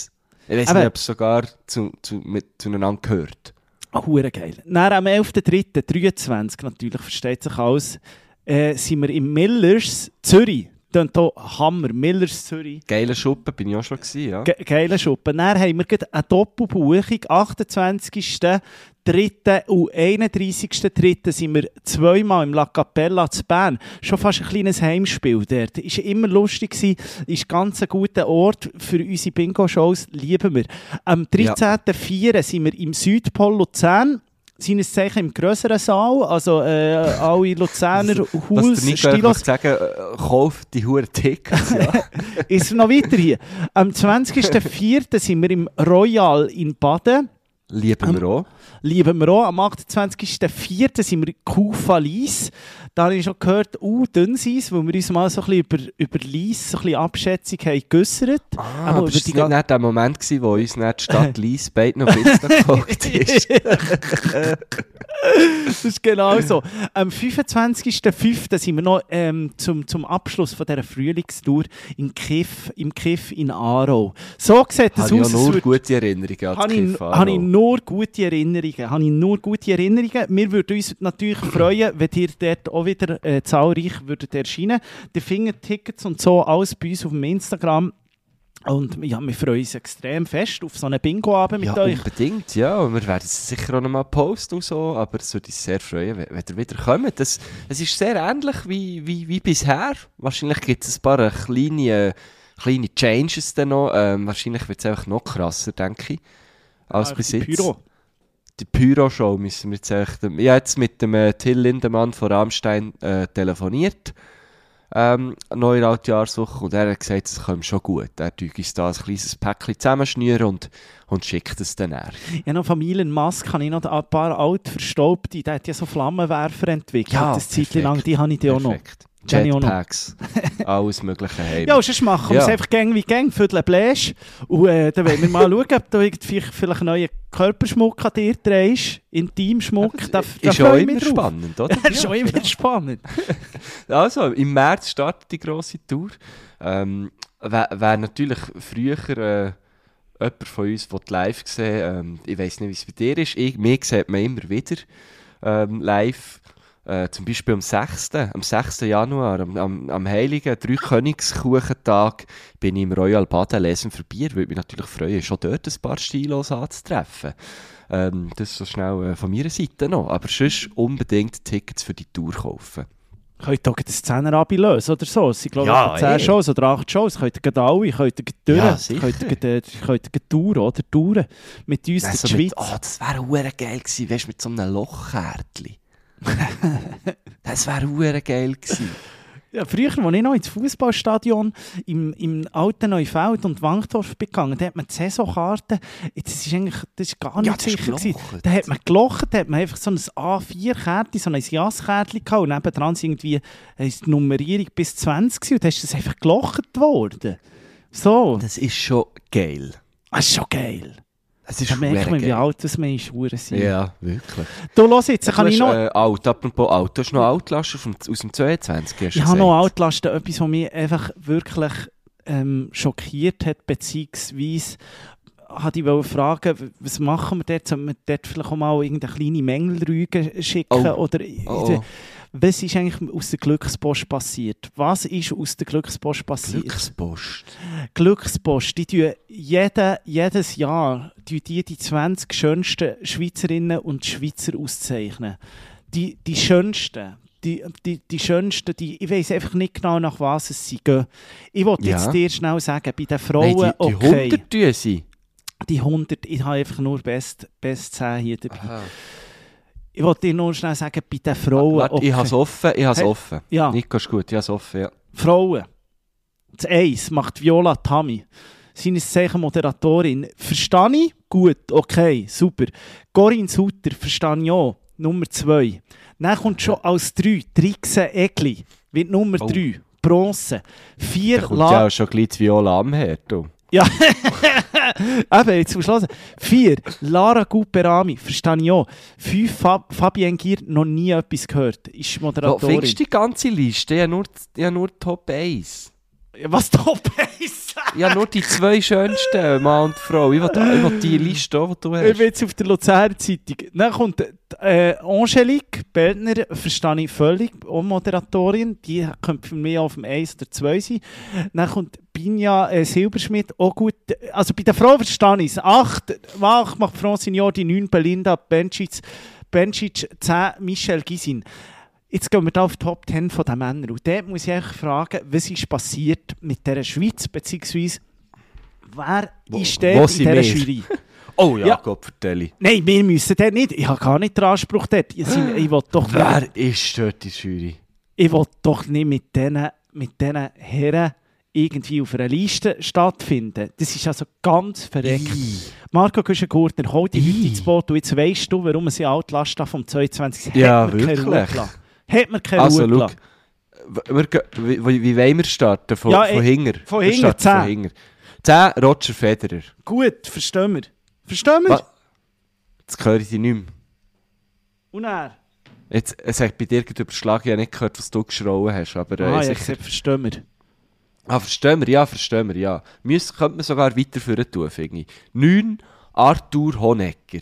Ich weiss Aber- nicht, ob es sogar zu, zu, mit, zueinander gehört. Hure geil. Dann am elften dritten dreiundzwanzig, natürlich, versteht sich alles, äh, sind wir im Millers Zürich. Dann hier Hammer, Millers Zürich. Geile Schuppen bin ich auch schon gewesen, ja. Ge geile Schuppen. Dann haben wir gleich eine Doppelbuchung. achtundzwanzigsten dritten und einunddreißigsten dritten sind wir zweimal im La Capella zu Bern. Schon fast ein kleines Heimspiel dort. Ist immer lustig gewesen. Ist ganz ein guter Ort für unsere Bingo-Shows. Lieben wir. Am dreizehnten vierten sind wir im Südpol Luzern. Seines Zeichen im grösseren Saal, also äh, alle Luzerner Was Hauls, der Nico Stilos, einfach sagen, äh, kauft die Huren Tickets, ja. ist noch weiter hier. Am zwanzigsten vierten sind wir im Royal in Baden. Lieben wir auch. Lieben wir auch. Am achtundzwanzigsten vierten sind wir in Kufa Lies. Da habe ich schon gehört, uh, Dünnseiss, weil wir uns mal so ein bisschen über, über Lies, so ein bisschen Abschätzung haben geäussert. Ah, Aber aber über es die war nicht der Moment, gewesen, wo uns nicht die Stadt Lies beiden auf Insta gefolgt ist. Das ist genau so. Am fünfundzwanzigsten fünften sind wir noch ähm, zum, zum Abschluss von dieser Frühlingstour im Kiff, im Kiff in Aarau. So sieht das Habe ich aus. auch nur es gute Erinnerungen an Habe das ich, Kiff habe ich Aarau. nur gute Erinnerungen. Habe ich nur gute Erinnerungen. Wir würden uns natürlich freuen, wenn ihr dort auch wieder äh, zahlreich würdet erscheinen. Ihr findet Tickets und so alles bei uns auf dem Instagram. Und ja, wir freuen uns extrem fest auf so einen Bingo-Abend mit Ja, euch. unbedingt, ja. Und wir werden es sicher auch noch mal posten und so, aber es würde uns sehr freuen, wenn, wenn ihr wieder kommt. Das, es ist sehr ähnlich wie, wie, wie bisher. Wahrscheinlich gibt es ein paar äh, kleine, äh, kleine Changes dann noch. Ähm, wahrscheinlich wird es einfach noch krasser, denke ich, als Ah, bis die jetzt. Pyro. Die Pyro-Show müssen wir jetzt echt... Ich habe jetzt mit dem äh, Till Lindemann von Rammstein äh, telefoniert. Ähm, neue Altjahrswoche, und er hat gesagt, es kommt schon gut. Er tut uns da ein kleines Päckchen zusammenschnüren und, und schickt es dann her. Ja, noch Familienmaske habe ich noch ein paar alte Verstaubte, der hat ja so Flammenwerfer entwickelt. Ja, das Zeit perfekt. lang, die habe ich die auch noch. Perfekt. Die habe ich auch noch. Jetpacks, alles mögliche heim. Ja, sonst machen wir es Ja. einfach gang wie gang, viertel Bläsch. Und äh, dann wollen wir mal schauen, ob du irgendwie vielleicht einen neuen Körperschmuck an dir trägst, Intimschmuck. Da, da ist auch freue ich immer mich drauf. spannend, oder? Das ist schon immer spannend. Also, im März startet die grosse Tour. Ähm, wer, wer natürlich früher äh, jemand von uns will live sehen, ähm, ich weiss nicht, wie es bei dir ist, ich, mich sieht man immer wieder ähm, live. Äh, zum Beispiel am sechsten am sechsten Januar, am, am, am heiligen Dreikönigskuchentag, bin ich im Royal Baden lesen für Bier, würde mich natürlich freuen, schon dort ein paar Stilos anzutreffen. Ähm, das ist so schnell äh, von meiner Seite noch. Aber sonst unbedingt Tickets für die Tour kaufen. Könnt ihr auch das Zehner-Abi lösen oder so? Es sind, glaube ich, Ja, etwa zehn eh. Shows oder acht Shows. Könnt ihr gerade alle, könnt ihr gerade durch, Ja, sicher. könnt ihr gerade, könnt ihr gerade touren, oder? Touren mit uns Also in der mit, Schweiz. oh, das wäre verdammt geil gewesen, weißt du, mit so einem Lochkärtchen. Das wäre verdammt geil gewesen. Ja, früher, als ich noch ins Fußballstadion im, im alten Neufeld und Wankdorf bin gegangen, da hat man die Saisonkarten, das ist eigentlich das ist gar nicht Ja, das ist sicher gewesen. gelocht. Da hat man gelocht, da hat man einfach so ein A vier Kärtchen, so ein Jas-Kärtchen gehabt und nebendran ist irgendwie äh, die Nummerierung bis zwanzig gewesen, und dann ist das einfach gelocht worden. So, Das ist schon geil. das ist schon geil. Das ist Da merkt verdammt man, wie geil. alt das man ist. Hure sein. Ja, wirklich. Du, los jetzt, kann Du ich hast, noch... Äh, alt, apropos alt, du hast noch Altlasten vom, aus dem zweiundzwanzig, hast du Ich habe noch gesagt. Altlasten, etwas, was mich einfach wirklich ähm, schockiert hat, beziehungsweise wollte ich wollte fragen, was machen wir dort? Sollen wir dort vielleicht auch mal irgendeine kleine Mängelrüge schicken? Oh. Oder Oh, oh. was ist eigentlich aus der Glückspost passiert? Was ist aus der Glückspost passiert? Glückspost. Glückspost, die tun jede, jedes Jahr tun die, die zwanzig schönsten Schweizerinnen und Schweizer auszeichnen. Die, die schönsten. Die, die, die schönsten, die, ich weiss einfach nicht genau, nach was es sie gehen. Ich wollte Ja. jetzt dir schnell sagen, bei den Frauen, Nein, die, die okay, hundert tun sie. die hundert, ich habe einfach nur Best, Best zehn hier dabei. Aha. Ich wollte dir nur schnell sagen, bei den Frauen, Warte, okay. ich habe es offen, ich habe es Hey. offen. Ja. Nico ist gut, ich habe es offen, ja. Frauen. Das Eins macht Viola Tammy. Seines Zeichen Moderatorin. Verstehe ich? Gut, okay, super. Corinne Sutter, verstehe ich auch. Nummer zwei. Dann kommt schon als drei Trixe Egli. Wird Nummer Oh. drei. Bronze. Vier Da kommt La... ja auch schon gleich die Viola am Herd. Du. Ja, eben, jetzt zum Schluss. Vier, Lara Guperami, verstehe ich auch. Fünf, Fab Fabienne Gier, noch nie etwas gehört. Ist Wo Moderatorin. findest du die ganze Liste? Ich habe nur, ich habe nur Top eins. Was Top eins? Ja, nur die zwei schönsten, Mann und Frau. Ich will, ich will die Liste auch, die du Ich hast. bin jetzt auf der Luzerner Zeitung. Dann kommt äh, Angelique Bellner, verstehe ich völlig, auch Moderatorin. Die könnte für mich auf dem eins oder zwei sein. Dann kommt Binja äh, Silberschmidt, auch gut. Also bei der Frau verstehe ich es. acht, acht macht Francine die neun Belinda Bencic, Bencic, zehn Michel Gisin. Jetzt gehen wir da auf die Top zehn von den Männern. Und dort muss ich eigentlich fragen, was ist passiert mit dieser Schweiz, beziehungsweise wer Wo- ist wo dort in sind dieser wir? Jury? Oh ja, Ja. Gott, vertelle. Nein, wir müssen dort nicht. Ich habe gar nicht den Anspruch dort. Ich, ich will doch Wer ist dort in der Jury? Ich will doch nicht mit diesen mit diesen Herren irgendwie auf einer Liste stattfinden. Das ist also ganz verreckt. Ih. Marco Güschen-Gurtner, hol dich heute Ih. ins Boot und jetzt weisst du, warum sie Altlast vom zweiundzwanzig Ja, hat mir keine wirklich. Ruhe gelassen. Hat mir keine Also, Ruhe schau. gelassen. W- wir gehen- Wie, wie, wie wollen wir starten? Von, Ja, von eh, hinten? von Wir hinten, starten zehn. Von hinten. zehn Roger Federer. Gut, verstehen wir. Verstehen wir? Was? Jetzt höre ich dich nicht mehr. Und er? Jetzt, es hat bei dir gerade überschlagen, ich habe nicht gehört, was du geschrauen hast. Aber, äh, Ah, ja, sicher- gesagt, verstehen wir. Ah, verstehen wir, ja, verstehen wir, ja. Müsste, könnte man sogar weiterführen tun, finde ich. neun Arthur Honegger.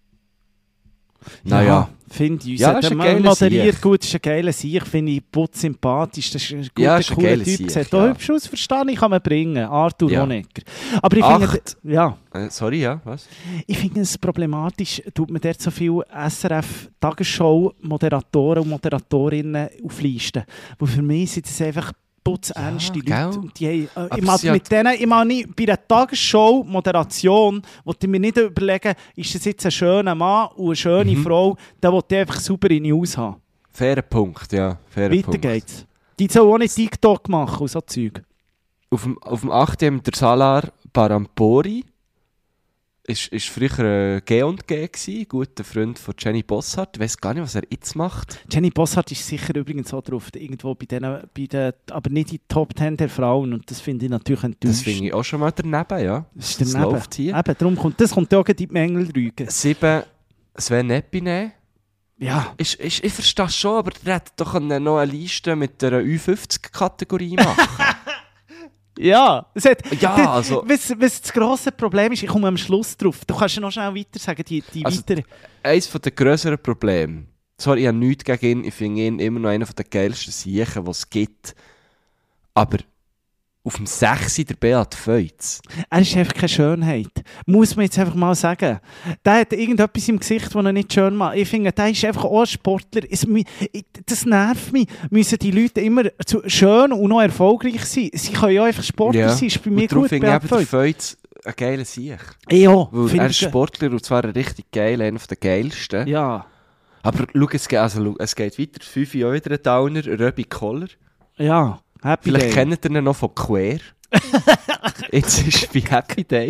Naja. Finde ich. Ja, Ja, ist ein der geiler moderiert Sieg. gut, ist ein geiler Sieg. Finde ich putzsympathisch. Das ist ein guter, Ja, ist ein cooler geiler Typ. Sieg, Sieht ja. auch hübsch aus, verstehe ich, kann man bringen. Arthur Ja. Honegger. Aber ich Acht. finde, ja, Äh, sorry, ja, was? ich finde es problematisch, tut man dort so viele S R F-Tagesschau-Moderatoren und Moderatorinnen auflisten. Wo für mich sind das einfach putzernste Ja, Leute. gell? Und die haben, äh, Aber ich mag sie mit hat- denen, ich mag nicht, bei einer Tagesschau-Moderation wollte ich mir nicht überlegen, ist das jetzt ein schöner Mann und eine schöne Mhm. Frau, da wollte ich einfach saubere News haben. Fairer Punkt, ja. Fairer Weiter Punkt. geht's. Die sollen auch nicht TikTok machen und so Zeug. Auf dem, auf dem achten haben wir der Salar Parampori. Ist, ist früher G und G gsi, guter Freund von Jenny Bossart. Ich weiss gar nicht, was er jetzt macht. Jenny Bossart ist sicher übrigens auch drauf, irgendwo bei denen, bei den, aber nicht in die Top zehn der Frauen und das finde ich natürlich Das enttäuschend. finde ich auch schon mal daneben, ja. Das ist Das daneben. läuft hier. Eben, darum kommt, das kommt ja auch in die Mängelrüge. Sieben Sven Epine. Ja, Ist, ist, ich verstehe es schon, aber der hätte doch noch eine Liste mit der Ü fünfzig-Kategorie machen. ja. Es hat, Ja, das- also- Was, was das grosse Problem ist, ich komme am Schluss drauf. Du kannst ja noch schnell weiter sagen, die, die Also, weiteren. Eines der grösseren Probleme. Sorry, ich habe nichts gegen ihn. Ich finde ihn immer noch einer der geilsten Siechen, die es gibt. Aber auf dem sechs der Beat Feutz. Er ist einfach keine Schönheit. Muss man jetzt einfach mal sagen. Der hat irgendetwas im Gesicht, das er nicht schön macht. Ich finde, der ist einfach auch ein Sportler. Es, mi- ich- das nervt mich. Müssen die Leute immer zu schön und noch erfolgreich sein? Sie können ja einfach Sportler sein. Ist bei mir Und darum gut. finde ich Beat eben der Feutz. Feutz ein geiler Sieg. Ja, Weil finde er ist ich- Sportler und zwar ein richtig geil, einer der geilsten. Ja, Aber schau, es geht, also, schau, es geht weiter. fünf auch wieder ein Downer, Röbi Koller. ja. Happy Vielleicht Day. kennt ihr ihn noch von Quer. Jetzt ist es bei Happy Day.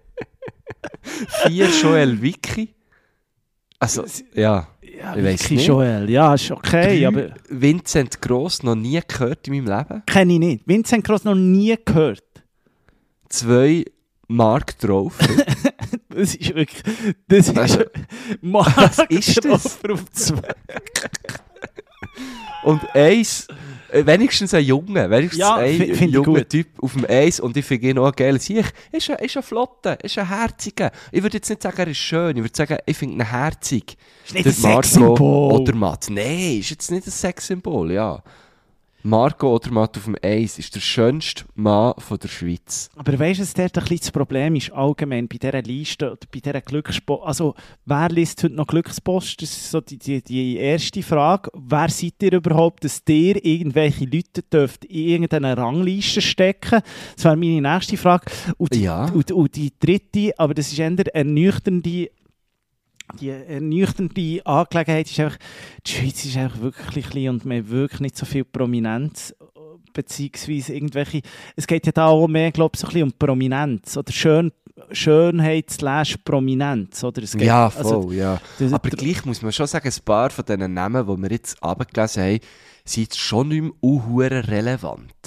vier Joel Vicky. Also, ja. Ja, ich weiss Vicky nicht. Joel. Ja, ist okay, Drei aber Vincent Gross, noch nie gehört in meinem Leben. kenne ich nicht. Vincent Gross noch nie gehört. Zwei Mark drauf. Das ist wirklich... Das ist... Also, Mark was ist das? Stroffer auf zwei. Und eins, äh, wenigstens ein Junge, wenigstens Ja, ein fi- find ich junger gut. Typ auf dem Eis und ich finde ihn auch geil. Sieh, ist ein, ist ein flotter, ist ein herziger. Ich würde jetzt nicht sagen, er ist schön, ich würde sagen, ich finde ihn herzig. Ist nicht Der ein Sexsymbol. Oder Matt. Nein, ist jetzt nicht ein Sexsymbol, ja. Marco Odermatt auf dem Eis ist der schönste Mann von der Schweiz. Aber weißt du, was dort ein bisschen das Problem ist, allgemein bei dieser Liste oder bei dieser Glückspost? Also, wer liest heute noch Glückspost? Das ist so die, die, die erste Frage. Wer seid ihr überhaupt, dass ihr irgendwelche Leute dürft in irgendeine Rangliste stecken? Das wäre meine nächste Frage. Und die, Ja. und, und die dritte, aber das ist eher ernüchternde, die ernüchternde Angelegenheit ist einfach, die Schweiz ist einfach wirklich klein und man hat wirklich nicht so viel Prominenz, beziehungsweise irgendwelche, es geht ja da auch mehr, glaube ich, so ein bisschen um Prominenz oder Schön, Schönheit slash Prominenz, oder? Es geht, Ja, voll, also, ja. das- Aber gleich muss man schon sagen, ein paar von diesen Namen, die wir jetzt abgelesen haben, sind jetzt schon nicht mehr unhuere relevant.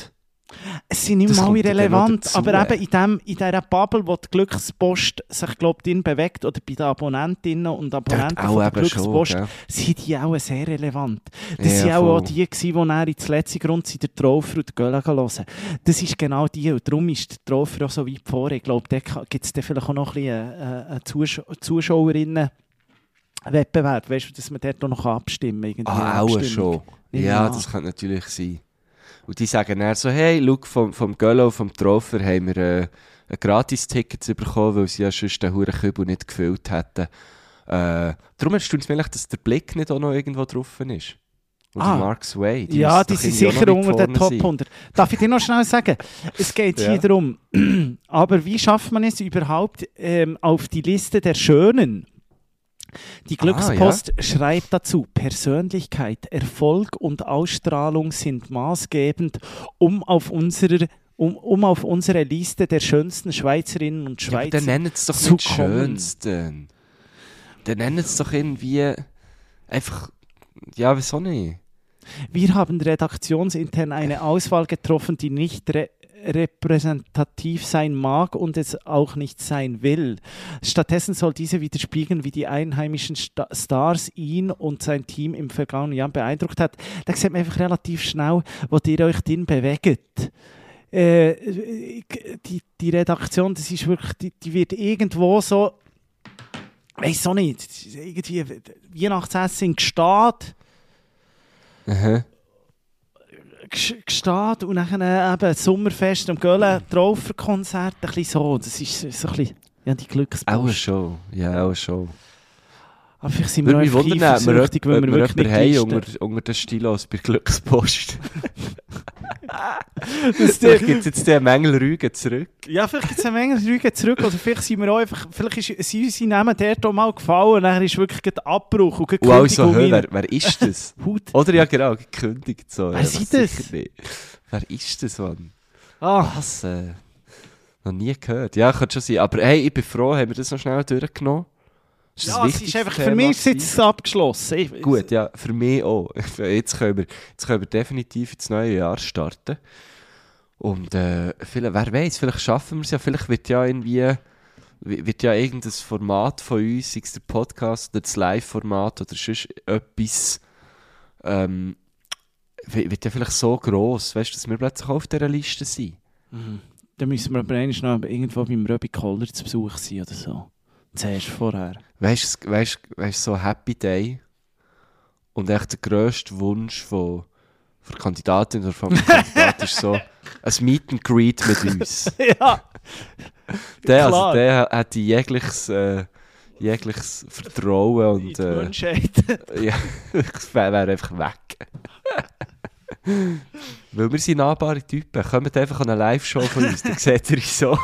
Es sind nicht Das mal kommt dann noch irrelevant, dazu. aber eben in, dem, in dieser Bubble, wo die Glückspost sich, glaube ich, bewegt, oder bei den Abonnentinnen und Abonnenten Dort auch von der eben schon, Glückspost, gell? sind die auch sehr relevant. Das Ja, waren auch, voll. auch die, gewesen, die dann ins letzte Grund sind, der Traufer und der Göller hören. Das ist genau die, und darum ist der Traufer auch so weit vor. Ich glaube, da gibt es vielleicht auch noch ein bisschen einen, einen Zusch- Zuschauerinnen-Wettbewerb, weißt du, dass man dort auch noch abstimmen kann. irgendwie Ah, eine auch Abstimmung. schon. Ja, das könnte natürlich sein. Und die sagen dann so, hey, schau, vom, vom Göllo, vom Traufer haben wir äh, ein Gratis-Ticket bekommen, weil sie ja sonst den huren Kübel nicht gefüllt hätten. Äh, darum erstaunt es mich, dass der Blick nicht auch noch irgendwo drauf ist. Oder Ah. Mark Sway. Die Ja, müssen die doch sind irgendwie auch sicher noch weit unter den vorne Top sein. hundert. Darf ich dir noch schnell sagen? Es geht Ja. hier darum, aber wie schafft man es überhaupt ähm, auf die Liste der Schönen? Die Glückspost schreibt dazu, Persönlichkeit, Erfolg und Ausstrahlung sind maßgebend, um auf unserer Um, um auf unsere Liste der schönsten Schweizerinnen und Ja, aber Schweizer dann nennen es doch zu nicht kommen. Schönsten. Dann nennen es doch irgendwie einfach, ja, wieso nicht? Wir haben redaktionsintern eine Auswahl getroffen, die nicht re repräsentativ sein mag und es auch nicht sein will. Stattdessen soll diese widerspiegeln, wie die einheimischen Sta Stars ihn und sein Team im vergangenen Jahr beeindruckt hat. Da sieht man einfach relativ schnell, wo ihr euch drin bewegt. Äh, die, die Redaktion, das ist wirklich, die, die wird irgendwo so, weiss auch nicht, irgendwie Weihnachtsessen gesteht, Aha. gesteht und dann eben Sommerfest am Göllen, Trauferkonzert, ein bisschen so, das ist so ein bisschen, ja, die Auch Glückspost. schon, ja, auch schon. Aber vielleicht sind wir Würde mich einfach wundern, ob wir, eifersüchtig, weil ob wir wir wirklich jemanden nicht haben listen. unter, unter den Stilos bei Glückspost. Das Vielleicht gibt es jetzt den Mängel Rügen zurück. Ja, vielleicht gibt es eine Menge Rügen zurück, oder vielleicht sind wir auch einfach, vielleicht ist, sind unsere Namen dort auch mal gefallen und dann ist wirklich gerade Abbruch und gerade Und alle so, Kündigung hä, rein. wer, wer ist das? Hut. Oder ja, genau, gekündigt so. Wer ja, sind sicher das? nicht. Wer ist das, Mann? Ah, Was? Äh, noch nie gehört. Ja, könnte schon sein. Aber hey, ich bin froh, haben wir das noch schnell durchgenommen? Das ja, ein es ist wichtiges einfach, für Thema mich ist es gewesen. jetzt abgeschlossen. Ich, Gut, ja, für mich auch. Jetzt können wir, jetzt können wir definitiv ins neue Jahr starten. Und äh, vielleicht, wer weiß, vielleicht schaffen wir es ja. Vielleicht wird ja irgendwie wird ja irgendein Format von uns, sei es der Podcast oder das Live-Format oder sonst etwas, ähm, wird ja vielleicht so gross, weißt du, dass wir plötzlich auch auf dieser Liste sind. Mhm. Dann müssen wir aber einmal noch irgendwo beim Röbi Koller zu Besuch sein oder so. Zuerst vorher. Weißt du, weißt, weißt, so Happy Day und echt der grösste Wunsch von, von der Kandidatin oder vom Kandidat ist so ein Meet and Greet mit uns. Ja, Der, klar. also, der hat jegliches, äh, jegliches Vertrauen in und die äh, Menschheit. ja, das wäre wär einfach weg. Weil wir sind nahbare Typen. Kommt einfach an eine Live-Show von uns, dann seht ihr uns so.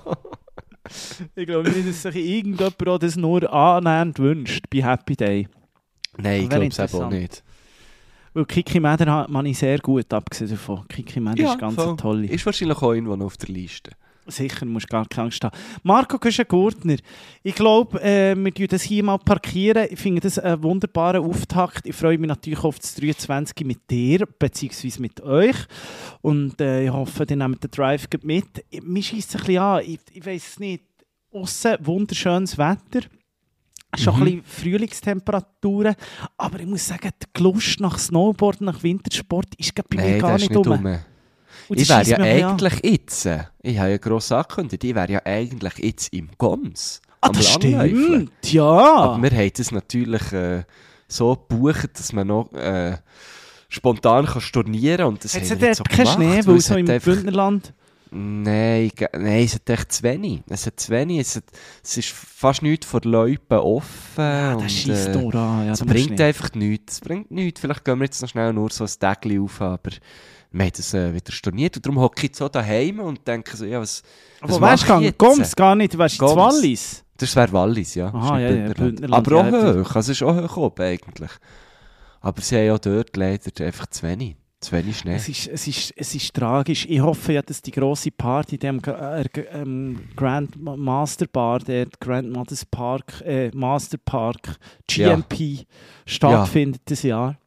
Ich glaube nicht, dass sich irgendjemand auch das nur annähernd wünscht bei Happy Day. Nein, ich Wäre glaube es eben auch interessant. nicht. Weil Kiki Meder hat man ich sehr gut, abgesehen davon. Kiki Meder ist ganz voll. eine tolle. Ist wahrscheinlich auch irgendwo noch auf der Liste. Sicher, musst gar keine Angst haben. Marco Güschen-Gurtner, ich glaube, äh, wir parkieren das hier mal. Parkieren. Ich finde das einen wunderbaren Auftakt. Ich freue mich natürlich auf das dreiundzwanzig mit dir, beziehungsweise mit euch. Und äh, ich hoffe, ihr nehmt den Drive mit. Mir scheisst es ein bisschen an. Ich, ich weiss es nicht. Aussen wunderschönes Wetter. Schon Mhm. ein bisschen Frühlingstemperaturen. Aber ich muss sagen, die Lust nach Snowboard, nach Wintersport ist gerade bei mir Nein, gar das ist nicht nicht rum. rum. Und Ich das wäre scheisst ja mich ein bisschen an. eigentlich jetzt, äh, ich habe ja gross angekündigt, ich wäre ja eigentlich jetzt im Goms. Ah, am das Langläufeln. stimmt, ja. Aber wir haben das natürlich äh, so gebucht, dass man noch äh, spontan kann stornieren kann. Und das Hat es haben wir dort jetzt so keinen gemacht, Schnee, weil weil es so hat im einfach- Bündnerland... Nein, ge- nein, es hat echt zu wenig. Es hat zu wenig. Es, hat, es ist fast nichts von den Leuten offen. Ja, und, das scheisst äh, nur an. Ja, es da musst du bringt nicht. einfach nichts. Es bringt nichts. Vielleicht gehen wir jetzt noch schnell nur so ein Tägchen auf, aber wir haben das äh, wieder storniert. Und darum hocke ich jetzt so daheim und denke so, ja, was, Aber was weißt mache du, ich jetzt? Goms gar nicht, weißt du, Goms. Wallis? Das wäre Wallis, ja. Aha, Das ist ja, nicht ja, Bündnerland. Bündnerland, Aber auch ja, hoch. Also es ist auch hoch oben eigentlich. Aber sie haben ja dort leider einfach zu wenig. Zu wenig Schnee. Es ist, es, ist, es ist tragisch. Ich hoffe ja, dass die grosse Party dem äh, ähm, Grand Master Bar, der Grand Mothers Park, äh, Master Park, G M P, stattfindet dieses Jahr.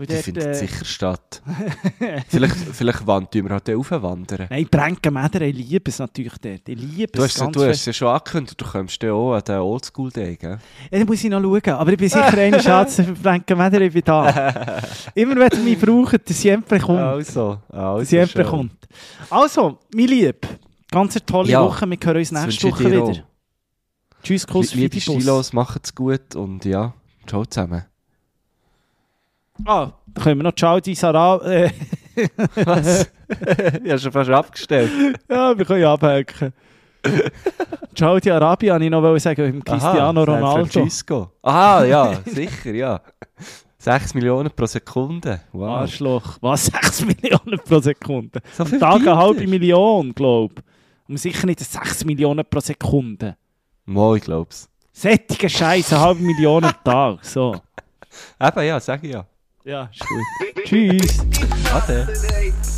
Und Die dort, findet äh, sicher statt. vielleicht, vielleicht wandern wir halt auch aufwandern. Nein, Brenkenmeder, ich liebe es natürlich dort. Ich liebe Du es hast, ganz du hast fest. ja schon angekündigt, du kommst ja auch an den Oldschool-Day, gell? Ja, da muss ich noch schauen, aber ich bin sicher ein Schatz für Brenkenmeder, ich bin da. Immer wenn ihr mich braucht, der Siempre kommt. Also, also Der Siempre schön. kommt. Also, mein Lieb, ganz eine tolle Ja, Woche, wir hören uns das nächste wünsche Woche ich dir wieder. auch. Tschüss, Kuss, Liebe Fidibus. Stilos, macht's gut und ja, ciao zusammen. Ah, da können wir noch Ciao di Sarah. Äh, Was? Ich habe schon fast abgestellt. ja, wir können abhaken. Ciao di Arabia, wollte ich noch sagen, mit Cristiano Aha, San Ronaldo. Francisco. Ah, ja, sicher, ja. sechs Millionen pro Sekunde. Wow. Arschloch. Was? sechs Millionen pro Sekunde? So Am viel Tag eine Bier? halbe Million, glaube ich. Und sicher nicht sechs Millionen pro Sekunde. Mo, ich glaub's. Sättige Scheiße, eine halbe Million am Tag. So. Eben, ja, sag ich ja. Ja, ist gut. Tschüss. Ade.